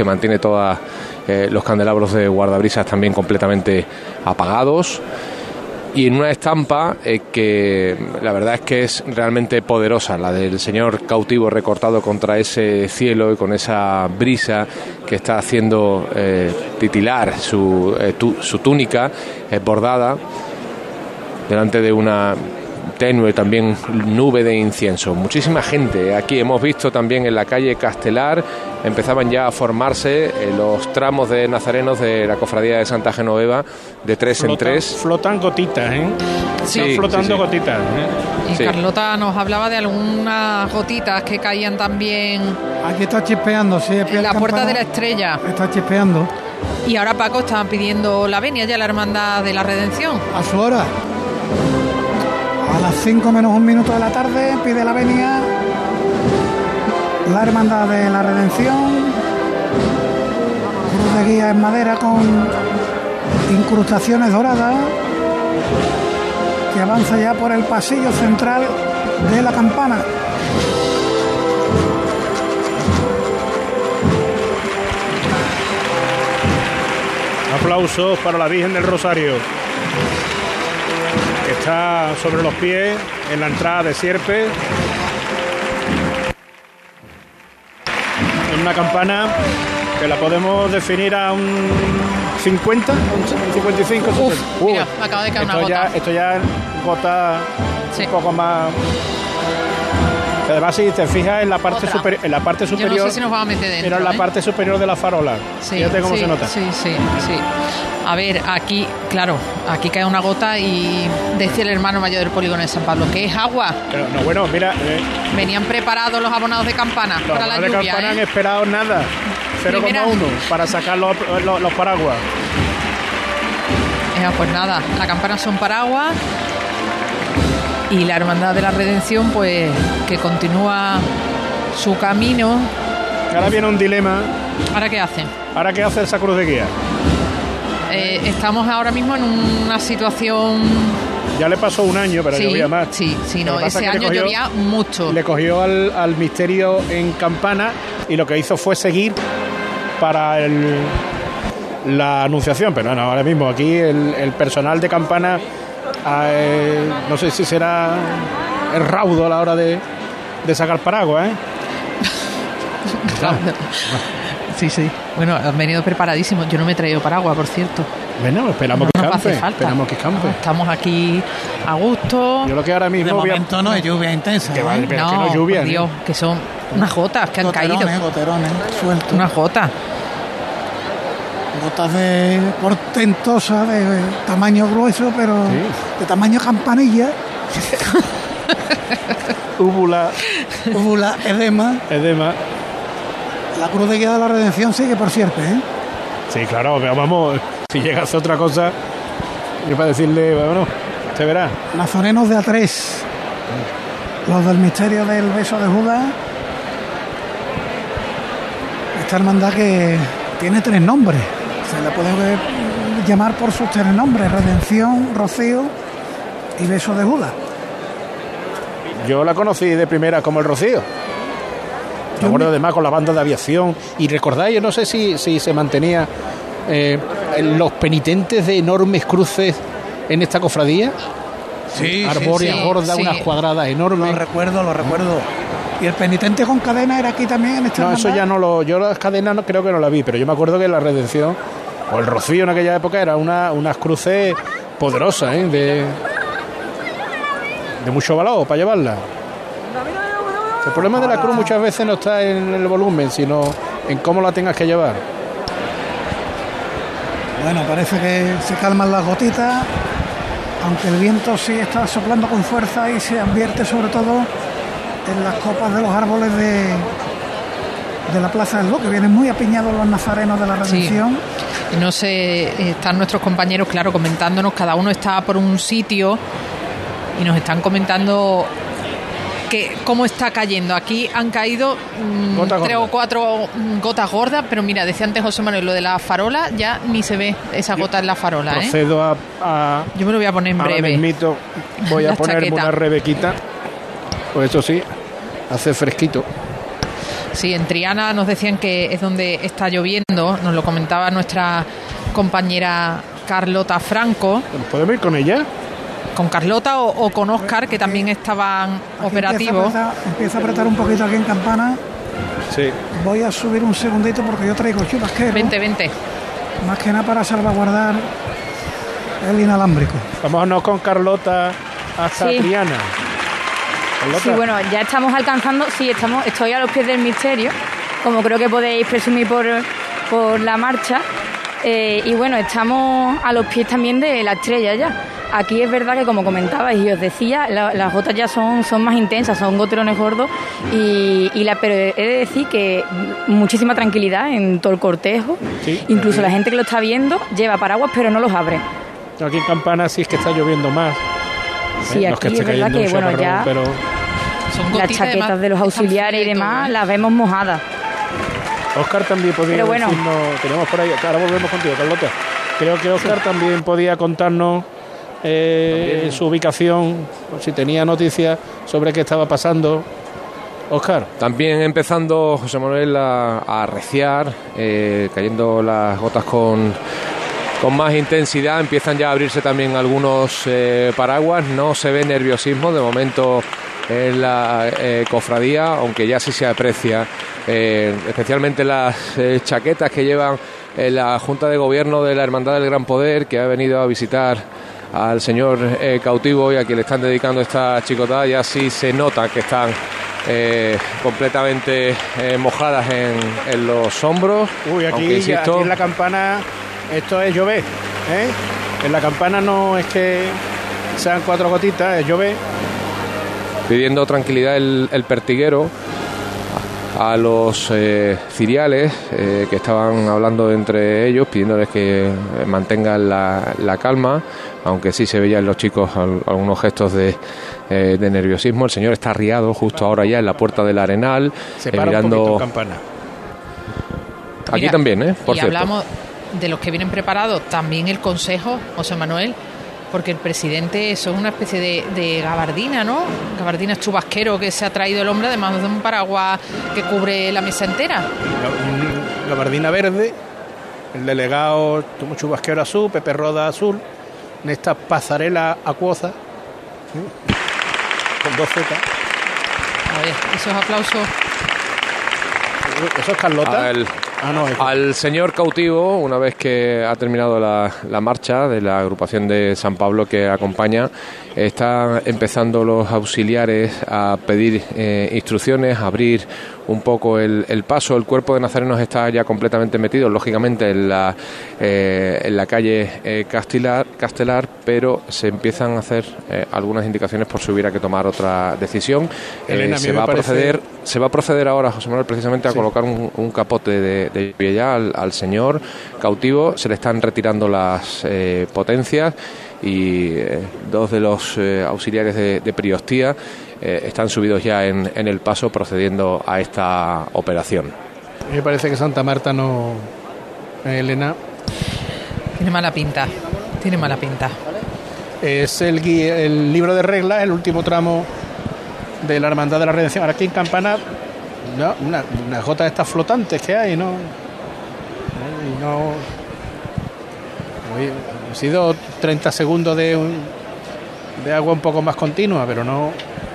que mantiene todos los candelabros de guardabrisas también completamente apagados. Y en una estampa que la verdad es que es realmente poderosa, la del señor cautivo recortado contra ese cielo y con esa brisa que está haciendo titilar su túnica bordada delante de una tenue también nube de incienso. Muchísima gente. Aquí hemos visto también en la calle Castelar, empezaban ya a formarse los tramos de nazarenos de la cofradía de Santa Genoveva de tres en tres. Flotan gotitas, ¿eh? Sí, están flotando gotitas, ¿eh? Y sí. Carlota nos hablaba de algunas gotitas que caían también. Aquí está chispeando, sí. En la puerta de la Estrella. Está chispeando. Y ahora Paco está pidiendo la venia ya, la Hermandad de la Redención. A su hora. A las 5 menos un minuto de la tarde pide la venia la Hermandad de la Redención. Cruz de guía en madera con incrustaciones doradas, que avanza ya por el pasillo central de la campana. Aplausos para la Virgen del Rosario, que está sobre los pies en la entrada de Sierpe. En una campana que la podemos definir a un 50, un 55. Uf, mira, me acaba de caer una gota. Esto ya es gota, sí, un poco más. Además, si te fijas en la parte superior, yo no sé si nos va a meter dentro, pero en la parte superior de la farola. Sí, fíjate cómo se nota. Sí. A ver, aquí, claro, aquí cae una gota y decía el hermano mayor del polígono de San Pablo que es agua. Pero no, bueno, mira. Venían preparados los abonados de campana para la lluvia. Los abonados de campana han esperado nada. 0,1 para sacar los paraguas. Pues nada, la campana son paraguas. Y la Hermandad de la Redención, pues, que continúa su camino. Ahora viene un dilema. ¿Ahora qué hacen? ¿Ahora qué hace esa cruz de guía? Estamos ahora mismo en una situación... Ya le pasó un año, pero llovía más. Sí, no, ese año llovía mucho. Le cogió al misterio en campana y lo que hizo fue seguir para la anunciación. Pero bueno, ahora mismo aquí el personal de campana... no sé si será el raudo a la hora de sacar paraguas, ¿eh? Claro. Sí. Bueno, han venido preparadísimos. Yo no me he traído paraguas, por cierto. Bueno, esperamos que campe. Estamos aquí a gusto. Yo lo que ahora mismo... De momento no hay lluvia intensa. Que vale, pero que no lluvia. Por Dios, que son unas gotas que han caído. Goterones, sueltos. Unas gotas. Gotas de portentosa, de tamaño grueso, pero sí, de tamaño campanilla. Úvula, edema. La cruz de guía de la Redención sigue por Sierpe, ¿eh? Sí, claro, pero vamos, si llega a hacer otra cosa, yo para decirle, bueno, usted verá. Nazarenos de A3, los del misterio del beso de Judas. Esta hermandad que tiene 3 nombres. Se le puede llamar por sus 3 nombres: Redención, Rocío y Beso de Judas. Yo la conocí de primera como el Rocío. Me acuerdo además con la banda de aviación. Y recordáis, yo no sé si se mantenía los penitentes de enormes cruces en esta cofradía. Sí, arbóreas gordas, unas cuadradas enormes. Lo recuerdo. ¿Y el penitente con cadena era aquí también en esta hermandad? Eso ya no yo las cadenas creo que no la vi, pero yo me acuerdo que la Redención o el Rocío en aquella época era unas cruces poderosas, de mucho valor para llevarla. El problema de la cruz muchas veces no está en el volumen, sino en cómo la tengas que llevar. Bueno, parece que se calman las gotitas, aunque el viento sí está soplando con fuerza y se advierte sobre todo en las copas de los árboles de la Plaza del Duque. Vienen muy apiñados los nazarenos de la Redención. Sí. No sé, están nuestros compañeros, claro, comentándonos, cada uno está por un sitio y nos están comentando que cómo está cayendo. Aquí han caído 3 o 4 gotas gordas, pero mira, decía antes José Manuel, lo de la farola, ya ni se ve esa gota en la farola. Procedo yo me lo voy a poner en breve. Mismito voy a ponerme una rebequita. Pues eso sí, hace fresquito. Sí, en Triana nos decían que es donde está lloviendo, nos lo comentaba nuestra compañera Carlota Franco. ¿Podemos ir con ella? Con Carlota o con Óscar, que también estaban operativos. Empieza a apretar un poquito aquí en Campana. Sí. Voy a subir un segundito porque yo traigo chubasquero. Vente. Más que nada para salvaguardar el inalámbrico. Vámonos con Carlota hasta Triana. Carlota. Sí, bueno, ya estamos alcanzando. Sí, estoy a los pies del misterio, como creo que podéis presumir por la marcha. Y bueno, estamos a los pies también de la estrella ya. Aquí es verdad que, como comentabais y os decía, las gotas ya son más intensas, son goterones gordos, pero he de decir que muchísima tranquilidad en todo el cortejo. Sí, incluso la gente que lo está viendo lleva paraguas, pero no los abre. Aquí en Campana sí es que está lloviendo más. Sí, aquí es verdad que bueno, ya pero las chaquetas de los auxiliares y demás las vemos mojadas. Óscar también podía decirnos, tenemos por ahí, ahora volvemos contigo, Carlota. Creo que Óscar también podía contarnos su ubicación, si tenía noticias sobre qué estaba pasando. Óscar. También empezando, José Manuel, a arreciar, cayendo las gotas con más intensidad. Empiezan ya a abrirse también algunos paraguas. No se ve nerviosismo de momento en la cofradía, aunque ya sí se aprecia, especialmente las chaquetas que llevan la Junta de Gobierno de la Hermandad del Gran Poder, que ha venido a visitar al señor cautivo y a quien le están dedicando esta chicotada. Ya sí se nota que están completamente mojadas en los hombros. Uy, aquí en la Campana esto es llover, ¿eh? En la Campana no es que sean 4 gotitas, es llover. Pidiendo tranquilidad el pertiguero a los ciriales que estaban hablando entre ellos, pidiéndoles que mantengan la calma, aunque sí se veían en los chicos algunos gestos de nerviosismo. El señor está arriado justo ahora ya en la puerta del Arenal, se para mirando un poquito en Campana. Aquí mira, también, por cierto. Hablamos de los que vienen preparados, también el Consejo, José Manuel, porque el presidente, eso es una especie de gabardina, ¿no? Gabardina chubasquero que se ha traído el hombre, además de un paraguas que cubre la mesa entera. Gabardina verde, el delegado tuvo chubasquero azul, Pepe Roda azul, en esta pasarela acuosa, con 2 Z. A ver, esos aplausos. ¿Eso es Carlota? Al señor cautivo, una vez que ha terminado la marcha de la agrupación de San Pablo que acompaña, están empezando los auxiliares a pedir instrucciones, a abrir un poco el paso. El cuerpo de nazarenos está ya completamente metido, lógicamente, en la calle Castelar, pero se empiezan a hacer algunas indicaciones por si hubiera que tomar otra decisión. Se va a proceder ahora, José Manuel, precisamente a colocar un capote de pie ya al señor cautivo. Se le están retirando las potencias y 2 de los auxiliares de Priostía están subidos ya en el paso, procediendo a esta operación. Me parece que Santa Marta no, Elena. Tiene mala pinta. Es el libro de reglas, el último tramo de la Hermandad de la Redención. Ahora aquí en Campana, no, unas gotas estas flotantes que hay, ¿no? Ha sido 30 segundos de agua un poco más continua, pero no.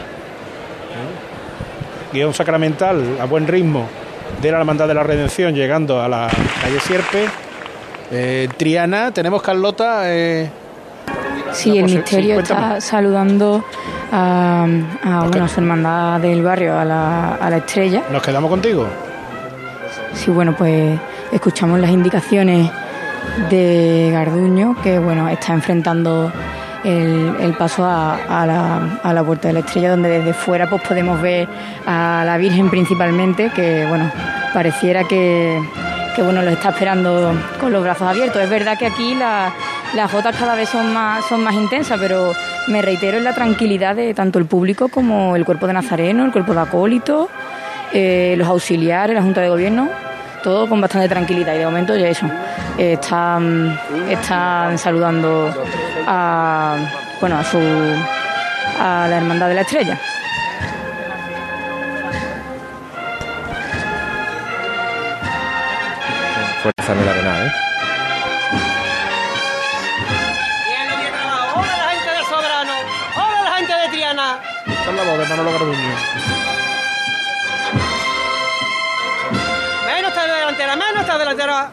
Guión sacramental a buen ritmo de la Hermandad de la Redención, llegando a la calle Sierpe. Triana, tenemos Carlota. Sí, el misterio está saludando a su hermandad del barrio, a la estrella. ¿Nos quedamos contigo? Sí, bueno, pues escuchamos las indicaciones de Garduño, que bueno, está enfrentando el paso a la puerta de la estrella, donde desde fuera pues podemos ver a la Virgen principalmente, que bueno, pareciera que bueno, lo está esperando con los brazos abiertos. Es verdad que aquí las gotas cada vez son más intensas, pero me reitero en la tranquilidad de tanto el público como el cuerpo de nazareno, el cuerpo de acólitos, los auxiliares, la Junta de Gobierno, todo con bastante tranquilidad. Y de momento ya eso, están saludando a la Hermandad de la Estrella. fuerza en el Arenal, ¿eh? ¡Hola la gente del Soberano! ¡Hola la gente de Triana! Esta es la voz de Manolo Garduño. ¡Menos está delantera! ¡Menos está delantera!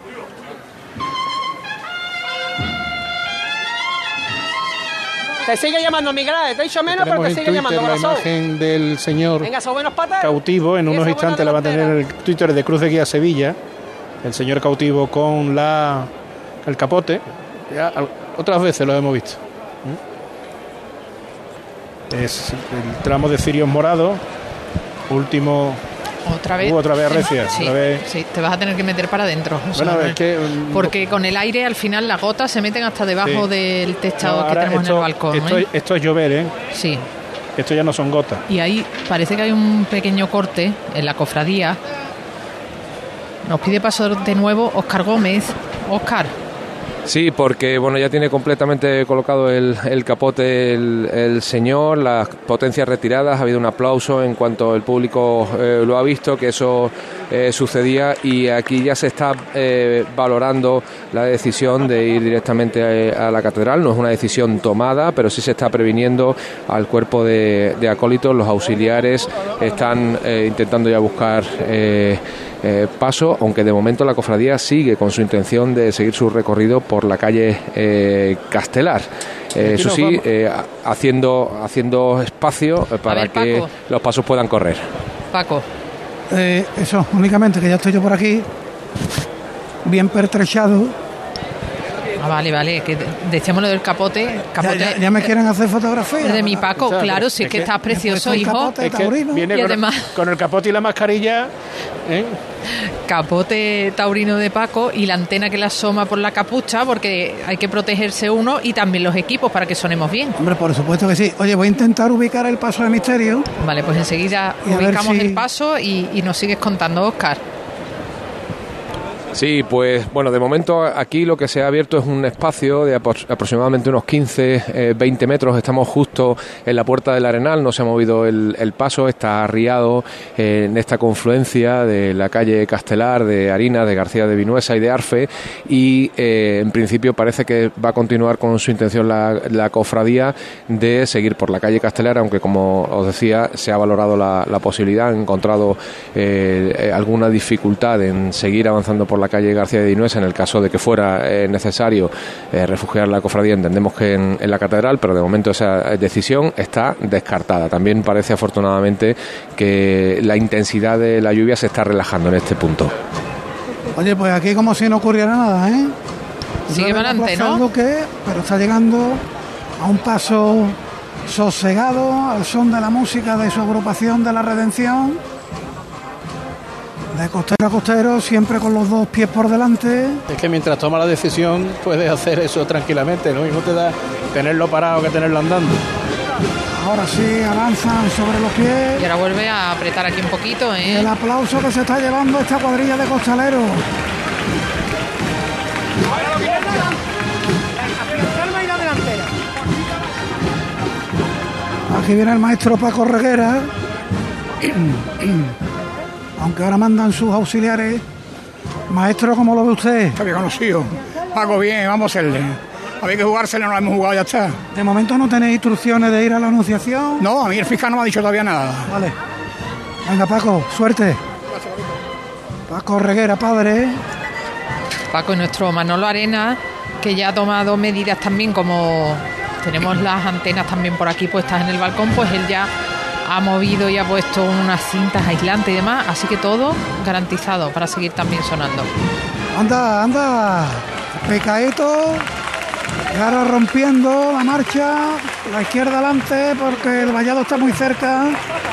Te sigue llamando Miguel, te he dicho menos, pero te sigue llamando la corazón. imagen del señor Venga, son buenos patas. cautivo. En unos instantes la va a tener el Twitter de Cruz de Guía Sevilla. El señor cautivo con el capote. Ya otras veces lo hemos visto. Es el tramo de cirios morado. Último. Otra vez. Otra vez recia. Sí, Otra vez. sí, te vas a tener que meter para adentro. O Bueno, sea, es que, porque con el aire al final las gotas se meten hasta debajo Sí. del techado que ahora tenemos en el balcón. Esto es llover, ¿eh? Sí. Esto ya no son gotas. Y ahí parece que hay un pequeño corte en la cofradía. Nos pide paso de nuevo Óscar Gómez. Óscar. Sí, porque bueno, ya tiene completamente colocado el capote el señor, las potencias retiradas, ha habido un aplauso en cuanto el público lo ha visto, que eso sucedía, y aquí ya se está valorando la decisión de ir directamente a la catedral. No es una decisión tomada, pero sí se está previniendo al cuerpo de acólitos. Los auxiliares están intentando ya buscar paso, aunque de momento la cofradía sigue con su intención de seguir su recorrido por la calle Castelar. Eso sí, haciendo espacio para ver, que Paco. los pasos puedan correr. Paco. Eso, únicamente que ya estoy yo por aquí, bien pertrechado. Vale, que decíamos lo del capote. Ya me quieren hacer fotografías. De mi Paco, O sea, claro, si es que estás precioso, el hijo. capote Es que taurino. viene Y además- con el capote y la mascarilla, ¿eh? Capote taurino de Paco y la antena que le asoma por la capucha, porque hay que protegerse uno y también los equipos para que sonemos bien. Hombre, por supuesto que sí. Oye, voy a intentar ubicar el paso de misterio. Vale, pues enseguida Y a ver ubicamos si- el paso y nos sigues contando, Óscar. Sí, pues bueno, de momento aquí lo que se ha abierto es un espacio de aproximadamente unos 15-20 metros. Estamos justo en la puerta del Arenal, no se ha movido el paso, está arriado en esta confluencia de la calle Castelar, de Arinas, de García de Vinuesa y de Arfe, y en principio parece que va a continuar con su intención la cofradía de seguir por la calle Castelar, aunque como os decía, se ha valorado la posibilidad, han encontrado alguna dificultad en seguir avanzando por la calle García de Vinuesa en el caso de que fuera necesario refugiar la cofradía. Entendemos que en la catedral, pero de momento esa decisión está descartada. También parece afortunadamente que la intensidad de la lluvia se está relajando en este punto. Oye, pues aquí como si no ocurriera nada, ¿eh? Sigue Llueve para adelante, en la Plaza ¿no? del Duque, pero está llegando a un paso sosegado, al son de la música de su agrupación de la Redención. De costero a costero, siempre con los dos pies por delante. Es que mientras toma la decisión puedes hacer eso tranquilamente. Lo mismo te da tenerlo parado que tenerlo andando. Ahora sí, avanzan sobre los pies. Y ahora vuelve a apretar aquí un poquito, ¿eh? El aplauso que se está llevando esta cuadrilla de costaleros. Aquí viene el maestro Paco Reguera. Aunque ahora mandan sus auxiliares. Maestro, ¿cómo lo ve usted? Está bien conocido. Paco, bien, vamos a hacerle. Había que jugársele, no lo hemos jugado, ya está. De momento no tenéis instrucciones de ir a la anunciación. No, a mí el fiscal no me ha dicho todavía nada. Vale. Venga, Paco, suerte. Paco Reguera, padre. Paco y nuestro Manolo Arena, que ya ha tomado medidas también, como tenemos las antenas también por aquí puestas en el balcón, pues él ya ha movido y ha puesto unas cintas aislantes y demás, así que todo garantizado para seguir también sonando. Anda, anda. Pecadito. Y ahora rompiendo la marcha. La izquierda adelante porque el vallado está muy cerca.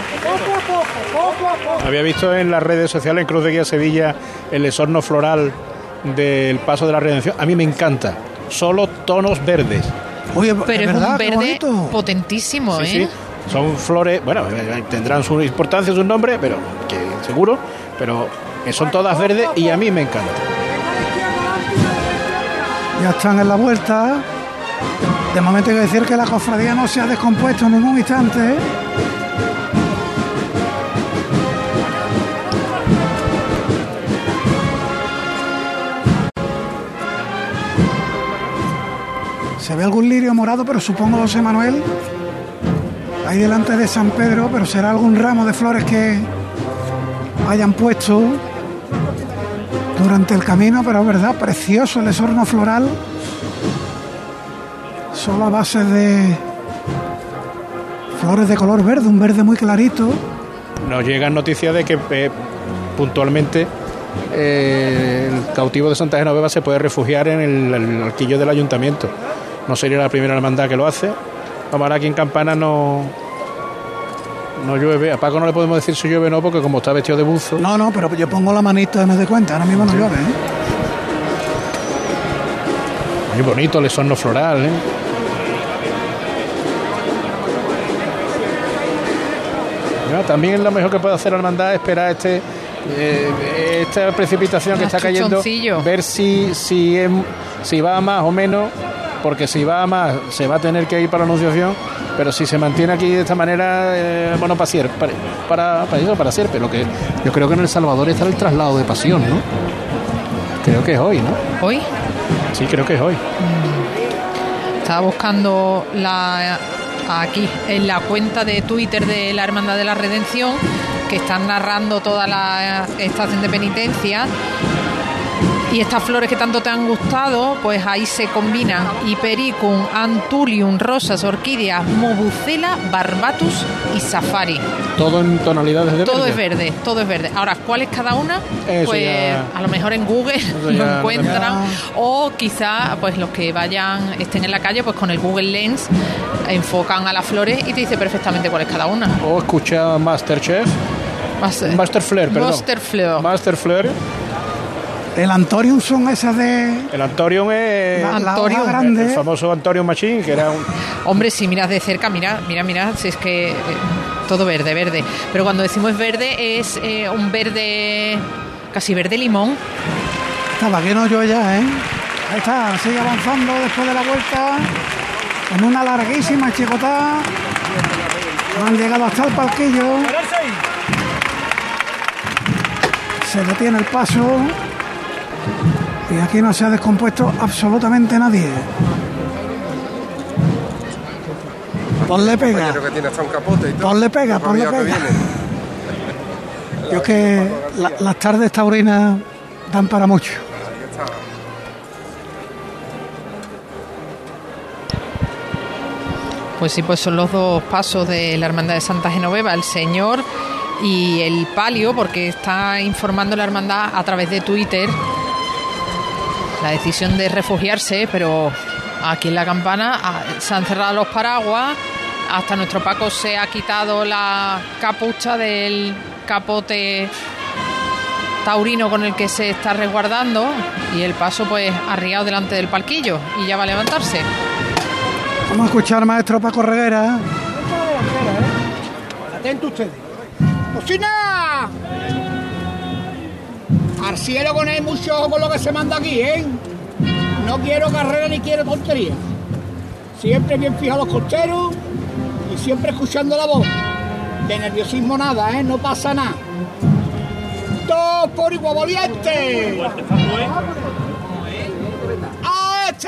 Había visto en las redes sociales, en Cruz de Guía Sevilla, el esorno floral del Paso de la Redención. A mí me encanta. Solo tonos verdes. Oye, Pero es ¿verdad? un Qué verde bonito. potentísimo, Sí, ¿eh? sí. Son flores, bueno, tendrán su importancia, su nombre, pero que seguro, pero son todas verdes y a mí me encanta. Ya están en la vuelta. De momento hay que decir que la cofradía no se ha descompuesto en ningún instante. Se ve algún lirio morado, pero supongo, José Manuel, ahí delante de San Pedro, pero será algún ramo de flores que hayan puesto durante el camino, pero es verdad, precioso el esorno floral, solo a base de flores de color verde, un verde muy clarito. Nos llegan noticias de que puntualmente el cautivo de Santa Genoveva se puede refugiar en el alquillo del ayuntamiento. No sería la primera hermandad que lo hace. Vamos, ahora aquí en Campana no llueve. A Paco no le podemos decir si llueve o no, porque como está vestido de buzo. No, pero yo pongo la manita y me doy cuenta, ahora mismo no llueve, Muy bonito el esorno floral, También lo mejor que puede hacer la hermandad es esperar esta precipitación que está cayendo, ver si va a más o menos, porque si va a más se va a tener que ir para la Anunciación, pero si se mantiene aquí de esta manera, bueno, para siempre. Lo que yo creo que en El Salvador está el traslado de pasión, ¿no? Creo que es hoy, ¿no? ¿Hoy? Sí, creo que es hoy. Estaba buscando aquí en la cuenta de Twitter de la Hermandad de la Redención, que están narrando toda la estación de penitencia, y estas flores que tanto te han gustado, pues ahí se combinan Hipericum, Antulium, rosas, orquídeas, Mobucela, Barbatus y Safari. Todo en tonalidades de verde. Todo es verde. Ahora, ¿cuál es cada una? Eso pues ya, a lo mejor en Google lo encuentran, o quizá pues los que estén en la calle, pues con el Google Lens enfocan a las flores y te dice perfectamente cuál es cada una. O escucha Masterchef. Masterfleur. El Antorium son esas de... El Antorium es... La hoja grande. El famoso Antorium Machine, que era un... Hombre, si miras de cerca, mira, si es que todo verde. Pero cuando decimos verde, es un verde, casi verde limón. Estaba que no yo ya, Ahí está, sigue avanzando después de la vuelta, en una larguísima chicotada. Han llegado hasta el palquillo. Se detiene el paso. Y aquí no se ha descompuesto absolutamente nadie. Ponle pega. Ponle pega. Yo es que las tardes taurinas dan para mucho. Pues sí, pues son los dos pasos de la Hermandad de Santa Genoveva, el Señor y el palio, porque está informando la hermandad a través de Twitter la decisión de refugiarse, pero aquí en la Campana se han cerrado los paraguas, hasta nuestro Paco se ha quitado la capucha del capote taurino con el que se está resguardando, y el paso pues arriado delante del palquillo y ya va a levantarse. Vamos a escuchar, maestro Paco Reguera. Atento ustedes. ¡Cocina! Al cielo con él mucho ojo con lo que se manda aquí, No quiero carrera ni quiero tontería. Siempre bien fijados los costeros y siempre escuchando la voz. De nerviosismo nada, no pasa nada. ¡Todos por igual valiente! ¡A este!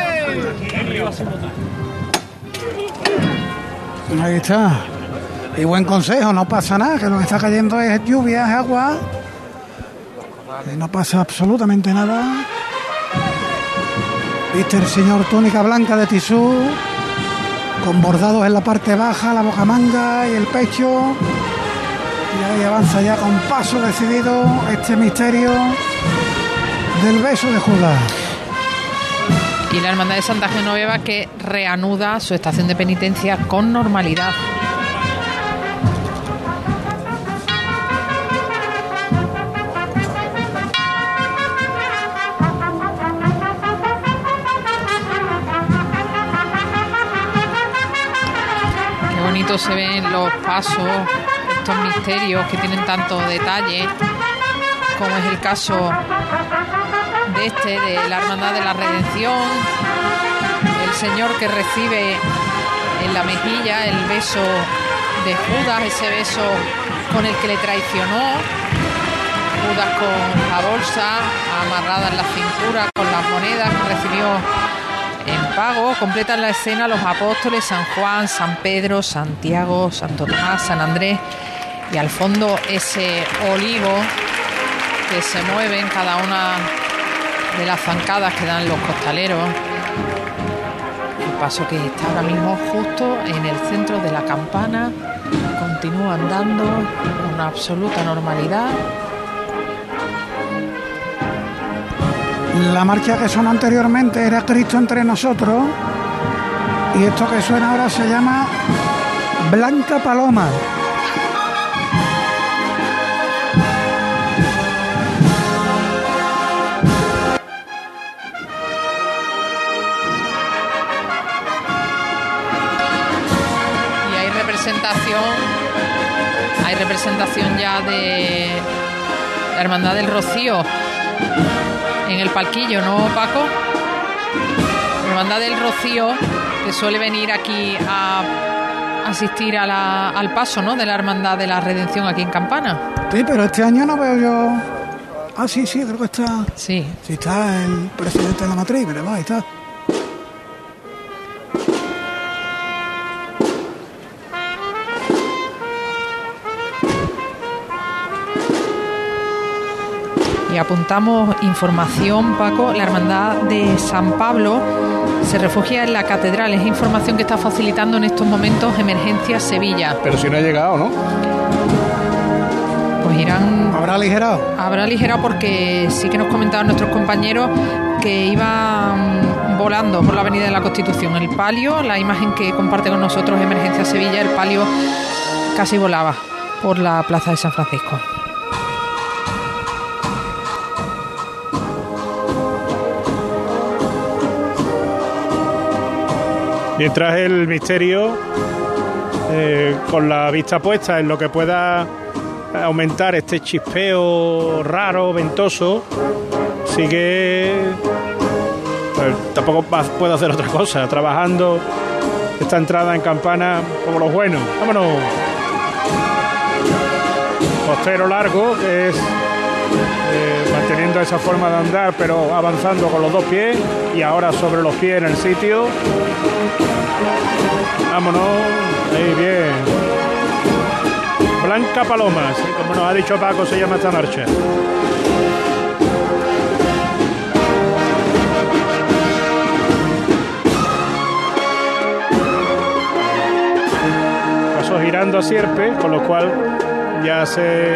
Ahí está. Y buen consejo, no pasa nada, que lo que está cayendo es lluvia, es agua. Y no pasa absolutamente nada. Viste el señor túnica blanca de tisú, con bordados en la parte baja, la bocamanga y el pecho. Y ahí avanza ya con paso decidido este misterio del beso de Judas. Y la Hermandad de Santa Genoveva, que reanuda su estación de penitencia con normalidad. Qué bonito se ven los pasos, estos misterios que tienen tanto detalle, como es el caso de la Hermandad de la Redención, el Señor que recibe en la mejilla el beso de Judas, ese beso con el que le traicionó, Judas con la bolsa amarrada en la cintura, con las monedas que recibió en pago. Completan la escena los apóstoles San Juan, San Pedro, Santiago, Santo Tomás, San Andrés y al fondo ese olivo que se mueve en cada una de las zancadas que dan los costaleros. El paso que está ahora mismo justo en el centro de la campana continúa andando con absoluta normalidad. La marcha que sonó anteriormente era Cristo entre nosotros y esto que suena ahora se llama Blanca Paloma. Y hay representación ya de la Hermandad del Rocío en el palquillo, ¿no, Paco? La Hermandad del Rocío, que suele venir aquí a asistir al paso, ¿no?, de la Hermandad de la Redención aquí en Campana. Sí, pero este año no veo yo... Ah, sí, creo que está... Sí. Sí, está el presidente de la matriz, pero ahí está. Y apuntamos información, Paco. La Hermandad de San Pablo se refugia en la catedral. Es información que está facilitando en estos momentos Emergencia Sevilla. Pero si no ha llegado, ¿no? Pues irán... ¿Habrá aligerado? Habrá aligerado porque sí que nos comentaban nuestros compañeros que iban volando por la Avenida de la Constitución. El palio, la imagen que comparte con nosotros Emergencia Sevilla, el palio casi volaba por la Plaza de San Francisco. Mientras el misterio, con la vista puesta en lo que pueda aumentar este chispeo raro, ventoso, sigue, pues, tampoco puede hacer otra cosa, trabajando esta entrada en campana como los buenos. ¡Vámonos! Costero largo, que es manteniendo esa forma de andar, pero avanzando con los dos pies, y ahora sobre los pies en el sitio. Vámonos, ahí bien. Blanca Paloma, ¿sí? Como nos ha dicho Paco, se llama esta marcha. Paso girando a sierpe, con lo cual ya se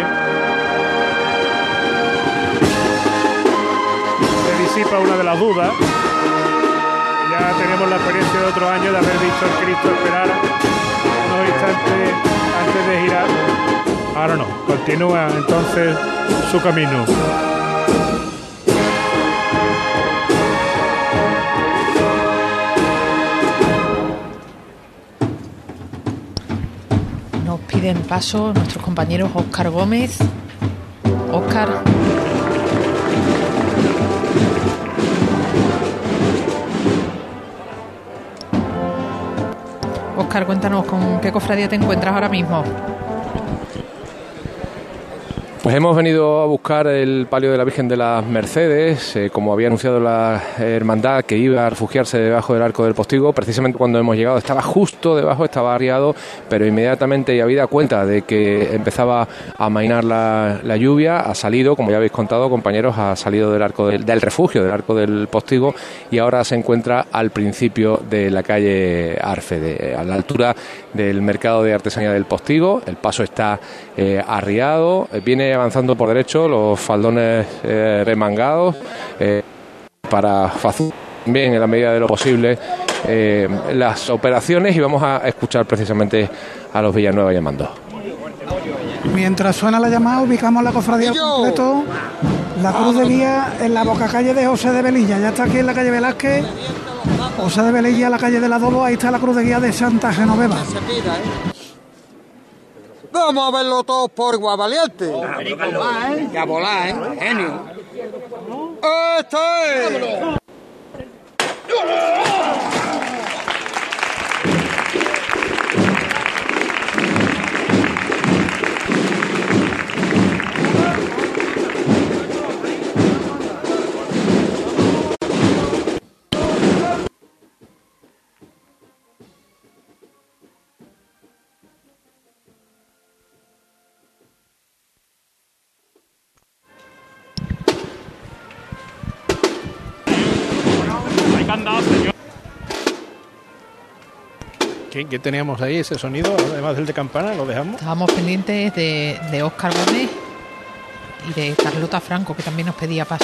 disipa una de las dudas. Ya tenemos la experiencia de otro año de haber visto al Cristo esperar unos instantes antes de girar. Ahora no, continúa entonces su camino. Nos piden paso nuestros compañeros Óscar Gómez. Óscar. Óscar, cuéntanos, ¿con qué cofradía te encuentras ahora mismo? Pues hemos venido a buscar el palio de la Virgen de las Mercedes, como había anunciado la hermandad que iba a refugiarse debajo del arco del postigo. Precisamente cuando hemos llegado estaba justo debajo, estaba arriado, pero inmediatamente, y habida cuenta de que empezaba a amainar la lluvia, ha salido, como ya habéis contado, compañeros, ha salido del arco del refugio, del arco del postigo, y ahora se encuentra al principio de la calle Árfede, a la altura del mercado de artesanía del Postigo. El paso está arriado, viene avanzando por derecho, los faldones remangados, para facilitar bien, en la medida de lo posible, las operaciones, y vamos a escuchar precisamente a los Villanueva llamando. Mientras suena la llamada, ubicamos la cofradía al completo. La cruz de guía en la bocacalle de José de Velilla. Ya está aquí en la calle Velázquez. José de Velilla, la calle del Adobo. Ahí está la cruz de guía de Santa Genoveva. Vamos a verlo todos por igual, valiente. Que a volar, genio. ¡Esto es! ¿Qué teníamos ahí, ese sonido, además del de campana? ¿Lo dejamos? Estábamos pendientes de Óscar Gómez y de Carlota Franco, que también nos pedía paso.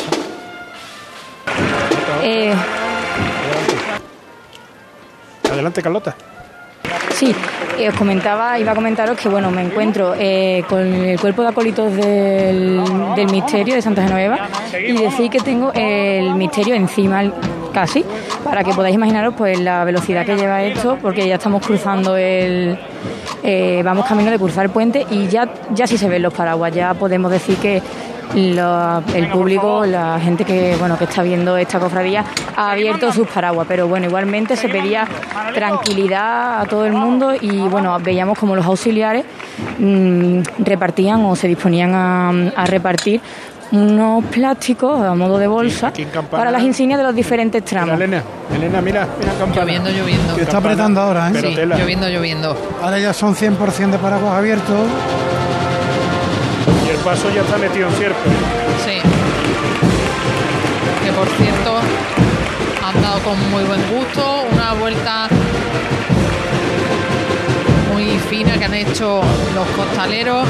Adelante, Carlota. Sí, os comentaba, iba a comentaros que bueno, me encuentro con el cuerpo de acólitos del misterio de Santa Genoveva y decir que tengo el misterio encima casi, para que podáis imaginaros pues la velocidad que lleva esto, porque ya estamos cruzando vamos camino de cruzar el puente y ya sí se ven los paraguas, ya podemos decir que el público, la gente que está viendo esta cofradía ha abierto sus paraguas, pero bueno, igualmente se pedía tranquilidad a todo el mundo y bueno, veíamos como los auxiliares repartían o se disponían a repartir unos plásticos a modo de bolsa para las insignias de los diferentes tramos. Mira, Elena, mira campana. Lloviendo. Que está apretando ahora, ¿eh? Sí, lloviendo. Ahora ya son 100% de paraguas abiertos. Y el paso ya está metido en cierco. Sí. Que por cierto han dado con muy buen gusto una vuelta muy fina que han hecho los costaleros.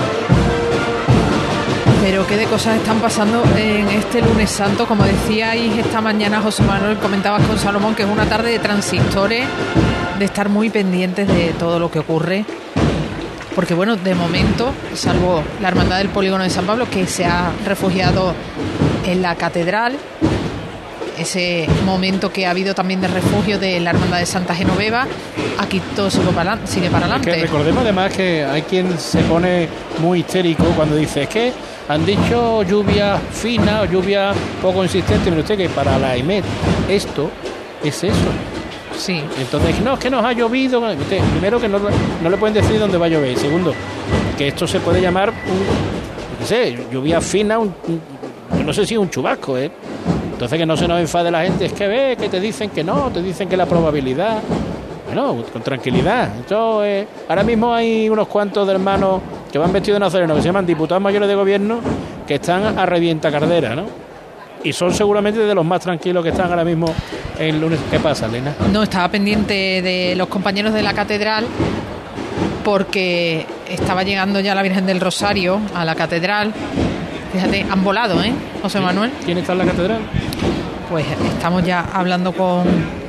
Pero qué de cosas están pasando en este lunes santo, como decíais esta mañana, José Manuel, comentabas con Salomón que es una tarde de transistores, de estar muy pendientes de todo lo que ocurre. Porque bueno, de momento, salvo la Hermandad del Polígono de San Pablo, que se ha refugiado en la catedral, ese momento que ha habido también de refugio de la Hermandad de Santa Genoveva, aquí todo sigue para adelante. Es que recordemos además que hay quien se pone muy histérico cuando dice, es que han dicho lluvia fina o lluvia poco insistente, pero usted que para la IMED esto es eso. Sí. Entonces, no, es que nos ha llovido. Primero, que no le pueden decir dónde va a llover. Segundo, que esto se puede llamar lluvia fina, yo no sé si un chubasco, ¿eh? Entonces, que no se nos enfade la gente, es que que te dicen que no, te dicen que la probabilidad. Bueno, con tranquilidad. Esto, ahora mismo hay unos cuantos de hermanos que van vestidos de nazareno, que se llaman diputados mayores de gobierno, que están a revienta cardera, ¿no? Y son seguramente de los más tranquilos que están ahora mismo el lunes. ¿Qué pasa, Elena? No, estaba pendiente de los compañeros de la catedral porque estaba llegando ya la Virgen del Rosario a la catedral. Fíjate, han volado, ¿eh, José Manuel? ¿Quién está en la catedral? Pues estamos ya hablando con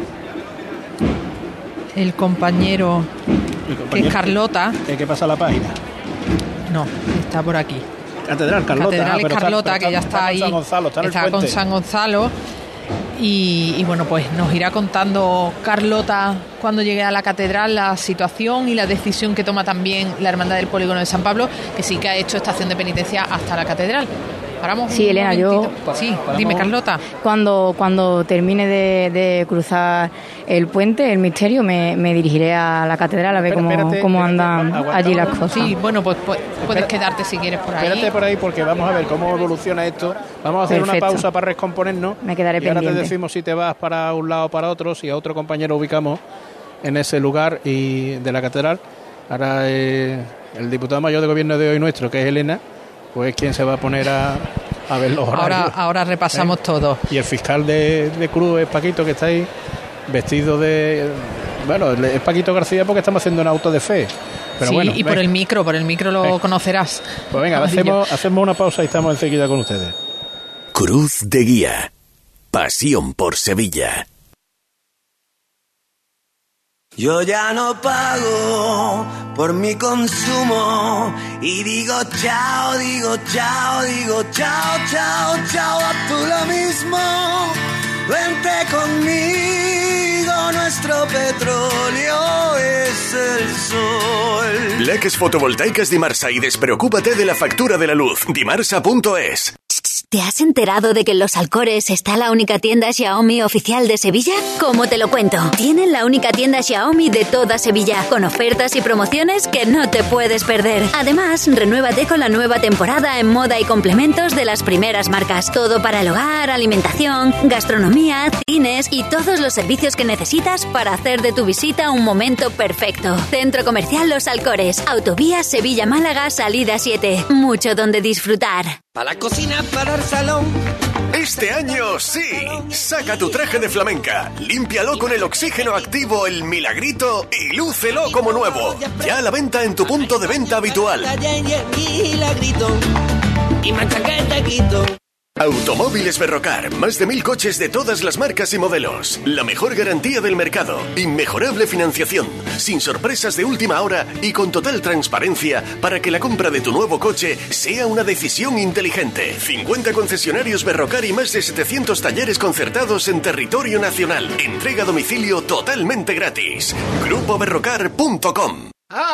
el compañero que es Carlota. ¿Qué pasa la página? No, está por aquí. Catedral Carlota. Catedral es Carlota, que ya está ahí. Está con San Gonzalo. Y bueno, pues nos irá contando Carlota cuando llegue a la catedral la situación y la decisión que toma también la Hermandad del Polígono de San Pablo, que sí que ha hecho estación de penitencia hasta la catedral. Paramos. Sí, Elena, yo... Sí, dime, Carlota. Cuando termine de cruzar el puente, el misterio, me dirigiré a la catedral a ver cómo andan allí las cosas. Sí, bueno, pues puedes quedarte si quieres por ahí. Quédate por ahí porque vamos a ver cómo evoluciona esto. Vamos a hacer una pausa para recomponernos. Me quedaré pendiente. Ahora te decimos si te vas para un lado o para otro, si a otro compañero ubicamos en ese lugar y de la catedral. Ahora el diputado mayor de gobierno de hoy nuestro, que es Elena, pues quien se va a poner a ver los horarios. Ahora repasamos todo. Y el fiscal de Cruz es Paquito, que está ahí vestido de... Bueno, es Paquito García porque estamos haciendo un auto de fe. Pero sí, bueno, y por el micro lo conocerás. Pues venga, hacemos una pausa y estamos enseguida con ustedes. Cruz de Guía. Pasión por Sevilla. Yo ya no pago por mi consumo y digo chao, chao, haz tú lo mismo. Vente conmigo, nuestro petróleo es el sol. Plaques fotovoltaicas Dimarsa y despreocúpate de la factura de la luz. Dimarsa.es. ¿Te has enterado de que en Los Alcores está la única tienda Xiaomi oficial de Sevilla? ¿Cómo te lo cuento? Tienen la única tienda Xiaomi de toda Sevilla, con ofertas y promociones que no te puedes perder. Además, renuévate con la nueva temporada en moda y complementos de las primeras marcas. Todo para el hogar, alimentación, gastronomía, cines y todos los servicios que necesitas para hacer de tu visita un momento perfecto. Centro Comercial Los Alcores, Autovía Sevilla-Málaga, salida 7. Mucho donde disfrutar. Para la cocina, para el salón. Este año sí, saca tu traje de flamenca, límpialo con el oxígeno activo El Milagrito y lúcelo como nuevo. Ya a la venta en tu punto de venta habitual. Automóviles Berrocar, más de 1000 coches de todas las marcas y modelos. La mejor garantía del mercado, inmejorable financiación, sin sorpresas de última hora y con total transparencia para que la compra de tu nuevo coche sea una decisión inteligente. 50 concesionarios Berrocar y más de 700 talleres concertados en territorio nacional. Entrega a domicilio totalmente gratis. GrupoBerrocar.com.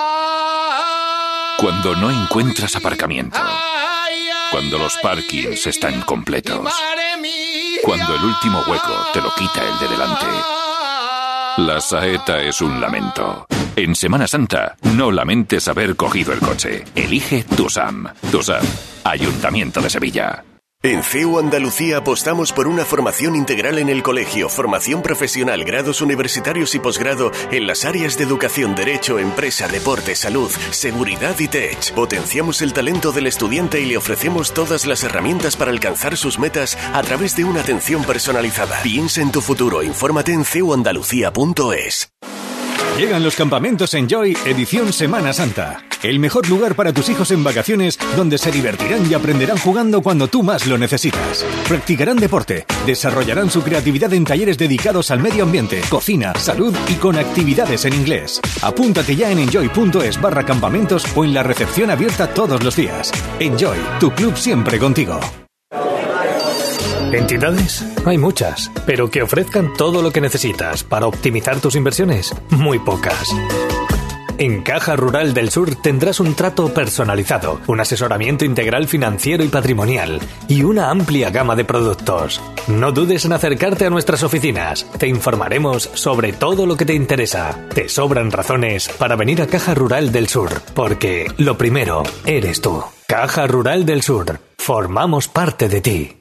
Cuando no encuentras aparcamiento. Cuando los parkings están completos. Cuando el último hueco te lo quita el de delante. La saeta es un lamento. En Semana Santa, no lamentes haber cogido el coche. Elige TUSAM. TUSAM, Ayuntamiento de Sevilla. En CEU Andalucía apostamos por una formación integral en el colegio, formación profesional, grados universitarios y posgrado en las áreas de educación, derecho, empresa, deporte, salud, seguridad y tech. Potenciamos el talento del estudiante y le ofrecemos todas las herramientas para alcanzar sus metas a través de una atención personalizada. Piensa en tu futuro, infórmate en ceuandalucía.es. Llegan los campamentos Enjoy edición Semana Santa. El mejor lugar para tus hijos en vacaciones, donde se divertirán y aprenderán jugando cuando tú más lo necesitas. Practicarán deporte, desarrollarán su creatividad en talleres dedicados al medio ambiente, cocina, salud y con actividades en inglés. Apúntate ya en enjoy.es/campamentos o en la recepción abierta todos los días. Enjoy, tu club siempre contigo. ¿Entidades? Hay muchas, pero que ofrezcan todo lo que necesitas para optimizar tus inversiones, muy pocas. En Caja Rural del Sur tendrás un trato personalizado, un asesoramiento integral financiero y patrimonial y una amplia gama de productos. No dudes en acercarte a nuestras oficinas. Te informaremos sobre todo lo que te interesa. Te sobran razones para venir a Caja Rural del Sur, porque lo primero eres tú. Caja Rural del Sur. Formamos parte de ti.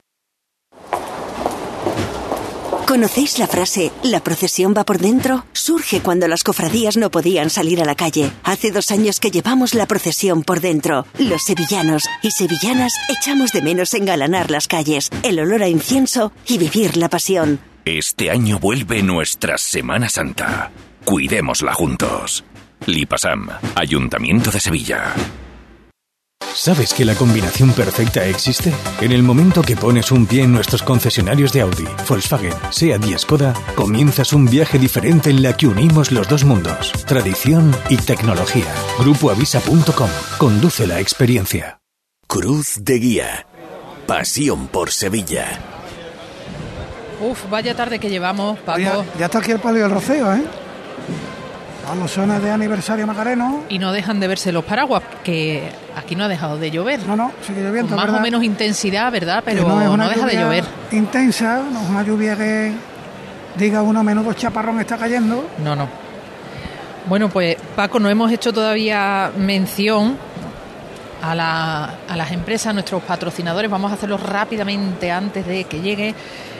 ¿Conocéis la frase «la procesión va por dentro»? Surge cuando las cofradías no podían salir a la calle. Hace 2 años que llevamos la procesión por dentro. Los sevillanos y sevillanas echamos de menos engalanar las calles, el olor a incienso y vivir la pasión. Este año vuelve nuestra Semana Santa. Cuidémosla juntos. Lipasam, Ayuntamiento de Sevilla. ¿Sabes que la combinación perfecta existe? En el momento que pones un pie en nuestros concesionarios de Audi, Volkswagen, SEAT y Skoda, comienzas un viaje diferente en la que unimos los dos mundos, tradición y tecnología. GrupoAvisa.com. Conduce la experiencia. Cruz de Guía. Pasión por Sevilla. Uf, vaya tarde que llevamos, Paco. Ya está aquí el palio del Rocío, ¿eh? A los sones de aniversario Macareno. Y no dejan de verse los paraguas, que aquí no ha dejado de llover. No, sigue lloviendo, con más ¿verdad? o menos intensidad, ¿verdad? Pero no deja de llover. Intensa, no es una lluvia que diga uno, menudo chaparrón está cayendo. No. Bueno, pues Paco, no hemos hecho todavía mención a las empresas, a nuestros patrocinadores. Vamos a hacerlo rápidamente antes de que llegue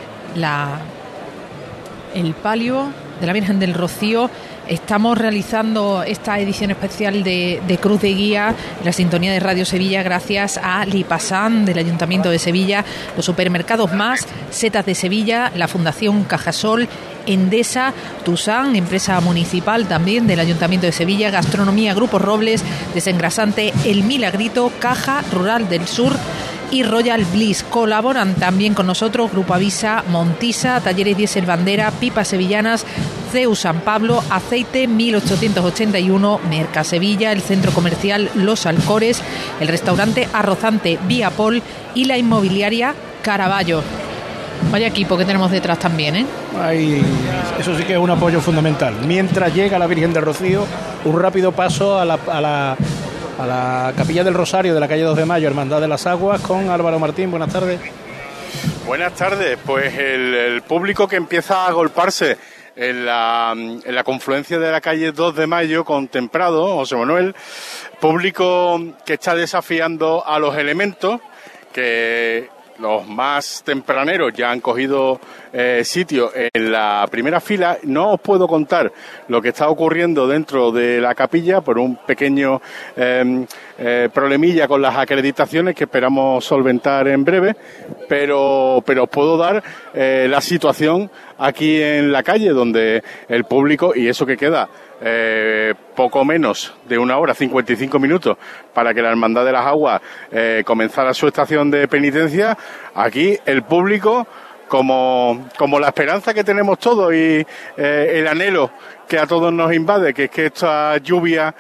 el palio de la Virgen del Rocío. Estamos realizando esta edición especial de Cruz de Guía en la sintonía de Radio Sevilla gracias a Lipasam del Ayuntamiento de Sevilla, los supermercados Más, Setas de Sevilla, la Fundación Cajasol, Endesa, TUSAM, empresa municipal también del Ayuntamiento de Sevilla, Gastronomía Grupo Robles, Desengrasante El Milagrito, Caja Rural del Sur y Royal Bliss. Colaboran también con nosotros Grupo Avisa, Montisa, Talleres Diesel Bandera, Pipas Sevillanas, CEU San Pablo, Aceite 1881, Merca Sevilla, el Centro Comercial Los Alcores, el restaurante Arrozante Vía Pol y la inmobiliaria Caraballo. Vaya equipo que tenemos detrás también, ¿eh? Eso sí que es un apoyo fundamental. Mientras llega la Virgen del Rocío, un rápido paso a la Capilla del Rosario de la calle 2 de Mayo, Hermandad de las Aguas, con Álvaro Martín. Buenas tardes. Buenas tardes. Pues el público que empieza a agolparse en la confluencia de la calle 2 de Mayo con Temprado, José Manuel, público que está desafiando a los elementos, que los más tempraneros ya han cogido sitio en la primera fila. No os puedo contar lo que está ocurriendo dentro de la capilla por un pequeño problemilla con las acreditaciones que esperamos solventar en breve, pero os puedo dar la situación aquí en la calle, donde el público, y eso que queda poco menos de 1 hora, 55 minutos, para que la Hermandad de las Aguas comenzara su estación de penitencia. Aquí el público, como la esperanza que tenemos todos y el anhelo que a todos nos invade, que es que esta lluvia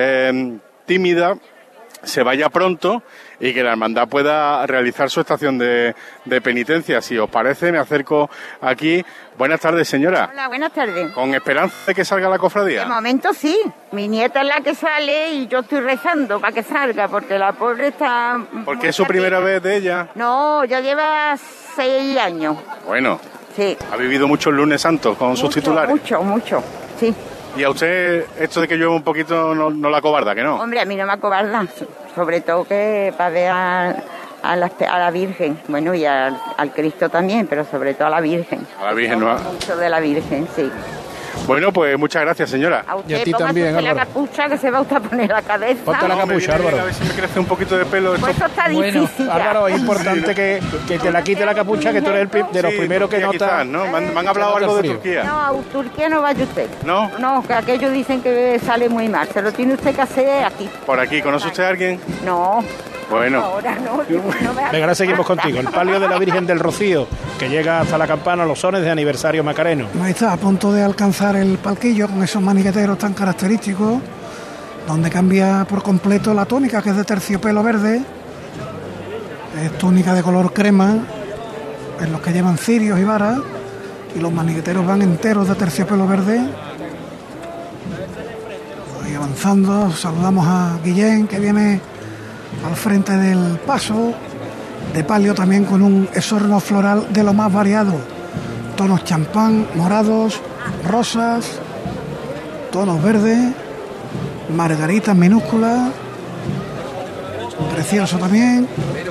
tímida se vaya pronto y que la hermandad pueda realizar su estación de penitencia. Si os parece, me acerco aquí. Buenas tardes, señora. Hola, buenas tardes. ¿Con esperanza de que salga la cofradía? De momento sí. Mi nieta es la que sale y yo estoy rezando para que salga, porque la pobre está... ¿Porque es su primera vez de ella? No, ya lleva 6 años. Bueno. Sí. ¿Ha vivido muchos lunes santos con sus titulares? Mucho, sí. ¿Y a usted esto de que llueva un poquito no la acobarda, que no? Hombre, a mí no me acobarda, sobre todo que para ver a la Virgen, bueno, y al Cristo también, pero sobre todo a la Virgen. A la Virgen, ¿no? Mucho de la Virgen, sí. Bueno, pues muchas gracias, señora. A usted, y a ti también, la capucha que se va usted a poner la cabeza. Ponte la capucha, Álvaro. A ver si me crece un poquito de pelo. Pues eso está difícil. Álvaro, es importante que te la quite la capucha, que tú eres de los primeros que nota. ¿no? ¿Me han hablado algo de Turquía? No, a Turquía no vaya usted. ¿No? No, que aquellos dicen que sale muy mal. Se lo tiene usted que hacer aquí. ¿Por aquí? ¿Conoce usted a alguien? No. Bueno. Ahora no. Venga, ahora seguimos contigo. El palio de la Virgen del Rocío, que llega hasta la campana, los sones de aniversario macareno. Ahí está, a punto de alcanzar el palquillo con esos maniqueteros tan característicos, donde cambia por completo la túnica, que es de terciopelo verde. Es túnica de color crema, en los que llevan cirios y varas, y los maniqueteros van enteros de terciopelo verde. Ahí avanzando, saludamos a Guillén, que viene al frente del paso, de palio también con un esorno floral de lo más variado, tonos champán, morados, rosas, tonos verdes, margaritas minúsculas, precioso también,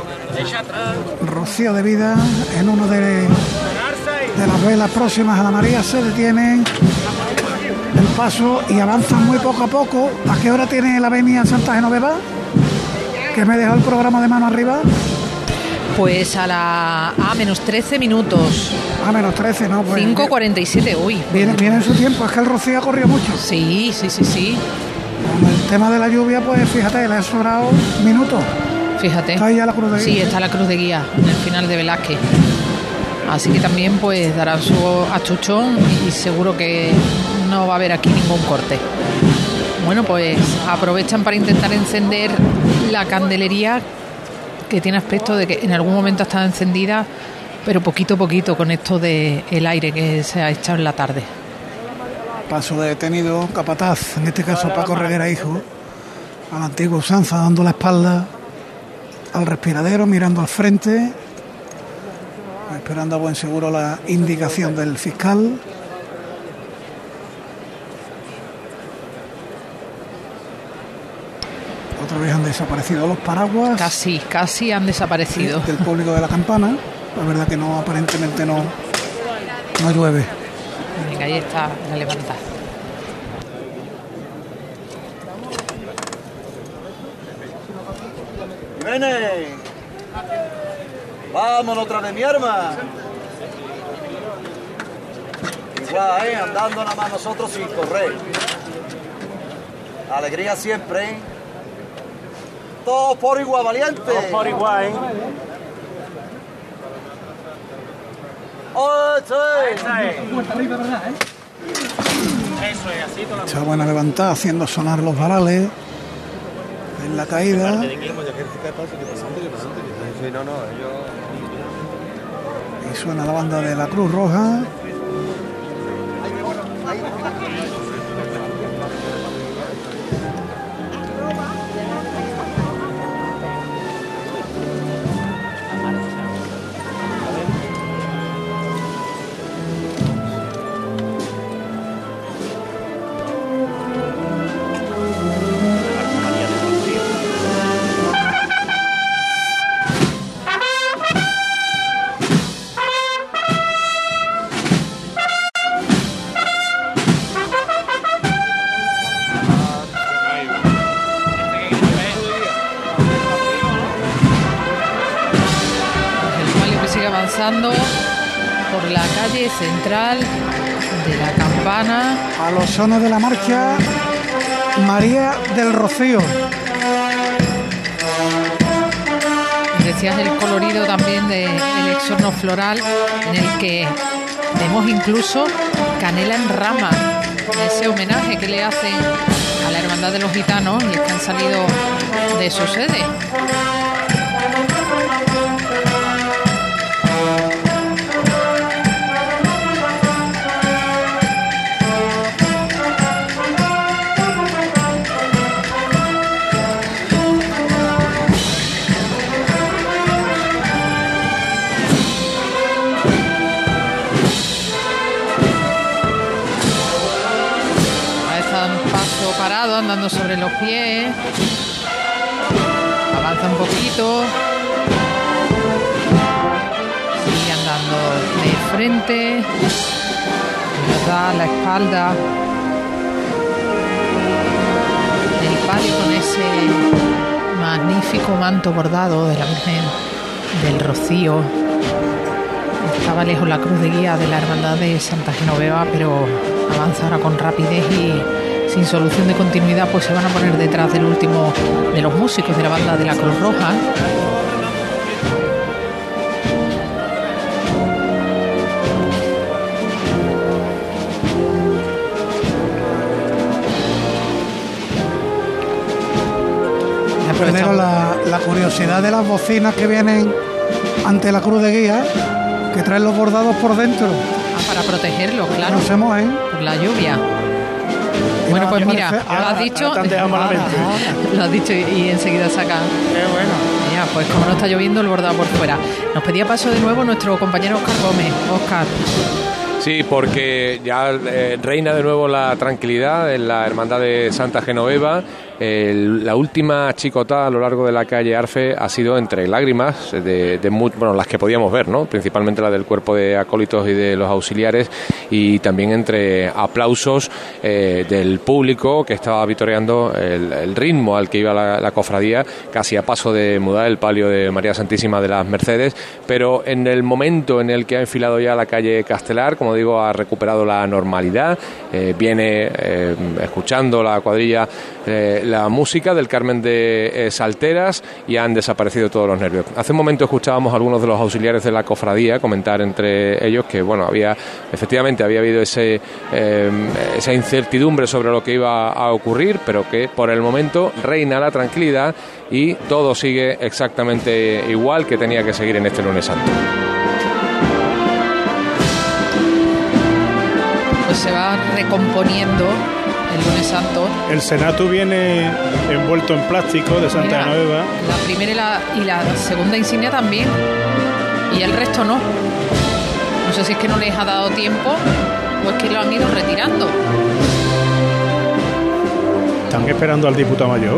rocío de vida. En uno de las velas próximas a la María se detienen el paso y avanzan muy poco a poco. ¿A qué hora tiene la avenida Santa Genoveva? Que me dejó el programa de mano arriba. Pues a menos 13 minutos. A menos 13, ¿no? Pues 5:47 hoy. Viene en su tiempo, es que el rocío ha corrido mucho. Sí. Con el tema de la lluvia, pues fíjate, le ha sobrado minutos. Fíjate. Está ahí ya la cruz de guía. Sí, está la cruz de guía en el final de Velázquez. Así que también pues dará su achuchón y seguro que no va a haber aquí ningún corte. Bueno, pues aprovechan para intentar encender la candelería, que tiene aspecto de que en algún momento ha estado encendida, pero poquito a poquito, con esto de el aire que se ha echado en la tarde. Paso de detenido, capataz, en este caso Paco Reguera hijo, a la antigua usanza, dando la espalda al respiradero, mirando al frente, esperando a buen seguro la indicación del fiscal. Otra vez han desaparecido los paraguas. Casi han desaparecido. Del público de la campana. La verdad que no, aparentemente no llueve. Venga, ahí está la levantada. Jiménez, vámonos otra vez, mi arma. Igual, andando nada más nosotros sin correr. Alegría siempre, Todos por igual, valiente. Todos por igual, Arriba, ¿verdad, Eso es, así toda la... Esa buena levantada, haciendo sonar los varales en la caída. Y suena la banda de la Cruz Roja. pasando por la calle central de la Campana. A los sones de la marcha María del Rocío. Decías el colorido también del exorno floral, en el que vemos incluso canela en rama, ese homenaje que le hacen a la Hermandad de los Gitanos y que han salido de su sede. Parado, andando sobre los pies, avanza un poquito, sigue andando de frente, nos da la espalda del palio con ese magnífico manto bordado de la Virgen del Rocío. Estaba lejos la cruz de guía de la Hermandad de Santa Genoveva, pero avanza ahora con rapidez y sin solución de continuidad, pues se van a poner detrás del último de los músicos de la banda de la Cruz Roja. Primero la curiosidad de las bocinas que vienen ante la cruz de guía, que traen los bordados por dentro. Para protegerlos, claro. No se mojen. Por la lluvia. Bueno, pues mira, lo has dicho, lo has dicho y enseguida sacan. Qué bueno. Ya, pues como no está lloviendo, el bordado por fuera. Nos pedía paso de nuevo nuestro compañero Óscar Gómez. Óscar. Sí, porque ya reina de nuevo la tranquilidad en la Hermandad de Santa Genoveva. La última chicotada a lo largo de la calle Arfe ha sido entre lágrimas, bueno, las que podíamos ver, ¿no? Principalmente la del cuerpo de acólitos y de los auxiliares, y también entre aplausos del público que estaba vitoreando el ritmo al que iba la cofradía, casi a paso de mudar el palio de María Santísima de las Mercedes, pero en el momento en el que ha enfilado ya la calle Castelar, como digo, ha recuperado la normalidad, viene escuchando la cuadrilla la música del Carmen de Salteras y han desaparecido todos los nervios. Hace un momento escuchábamos a algunos de los auxiliares de la cofradía comentar entre ellos que, bueno, efectivamente había habido esa incertidumbre sobre lo que iba a ocurrir, pero que por el momento reina la tranquilidad y todo sigue exactamente igual que tenía que seguir en este Lunes Santo. Pues se va recomponiendo el Lunes Santo. El Senato viene envuelto en plástico de Santa Genoveva. La primera y la segunda insignia también. Y el resto no. No sé si es que no les ha dado tiempo o es que lo han ido retirando. Están esperando al diputado mayor.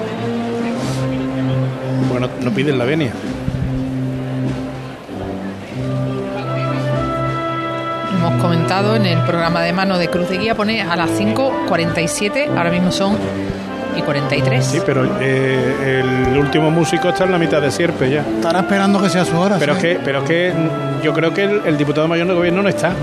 Bueno, no piden la venia. Hemos comentado en el programa de mano de Cruz de Guía, pone a las 5:47, ahora mismo son y 43. Sí, pero el último músico está en la mitad de Sierpe ya. Estará esperando que sea su hora. Pero, ¿sí? es que yo creo que el diputado mayor de gobierno no está.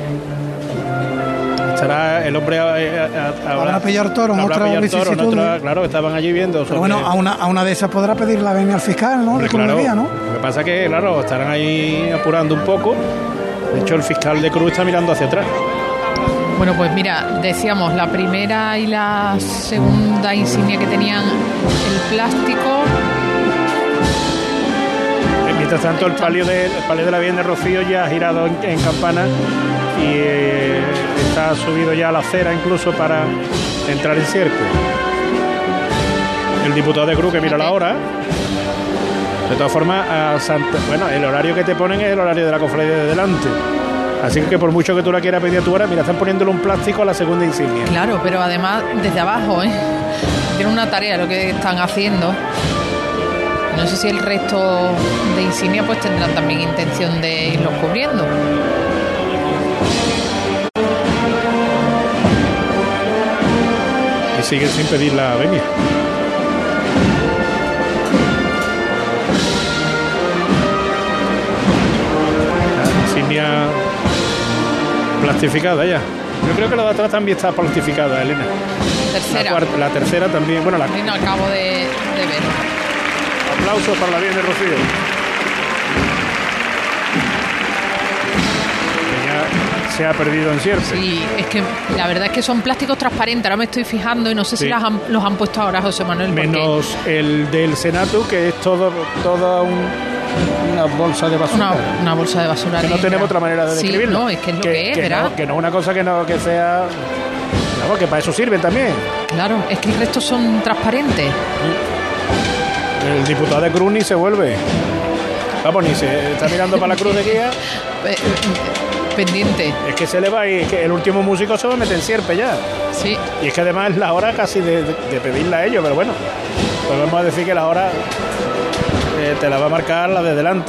Estará el hombre habrá pillar toro en otra vicisitud. Claro, estaban allí viendo. Pero bueno, a una de esas podrá pedir la venia al fiscal, ¿no? De claro, Día, ¿no? Lo que pasa es que, claro, estarán ahí apurando un poco. De hecho, el fiscal de Cruz está mirando hacia atrás. Bueno, pues mira, decíamos, la primera y la segunda insignia que tenían el plástico. Mientras tanto, el palio de la Virgen de Rocío ya ha girado en campana y está subido ya a la acera incluso para entrar en Sierpe. El diputado de Cruz que mira la hora. De todas formas, el horario que te ponen es el horario de la cofradía de delante. Así que por mucho que tú la quieras pedir a tu hora, mira, están poniéndole un plástico a la segunda insignia. Claro, pero además desde abajo, tiene una tarea lo que están haciendo. No sé si el resto de insignia pues tendrán también intención de irlos cubriendo. Y siguen sin pedir la venia. Plastificada ya. Yo creo que la de atrás también está plastificada, Elena. Tercera. La tercera también. Bueno, la... No acabo de ver. Aplausos para la Virgen de Rocío. Que ya se ha perdido en Sierpe. Sí, es que la verdad es que son plásticos transparentes. Ahora me estoy fijando y no sé si los han puesto ahora, José Manuel. Menos el del Senatu, que es toda una bolsa de basura. Una bolsa de basura. Que no tenemos otra manera de describirlo. No, es que es lo que es, ¿verdad? Que no es una cosa que sea... Claro, que para eso sirve también. Claro, es que el resto son transparentes. El diputado de Cruz ni se vuelve. Vamos, ni se está mirando para la cruz de guía. Pendiente. Es que se le va y que el último músico se va a meter en Sierpe ya. Sí. Y es que además es la hora casi de pedirla a ellos, pero bueno, pues vamos a decir que la hora te la va a marcar la de delante.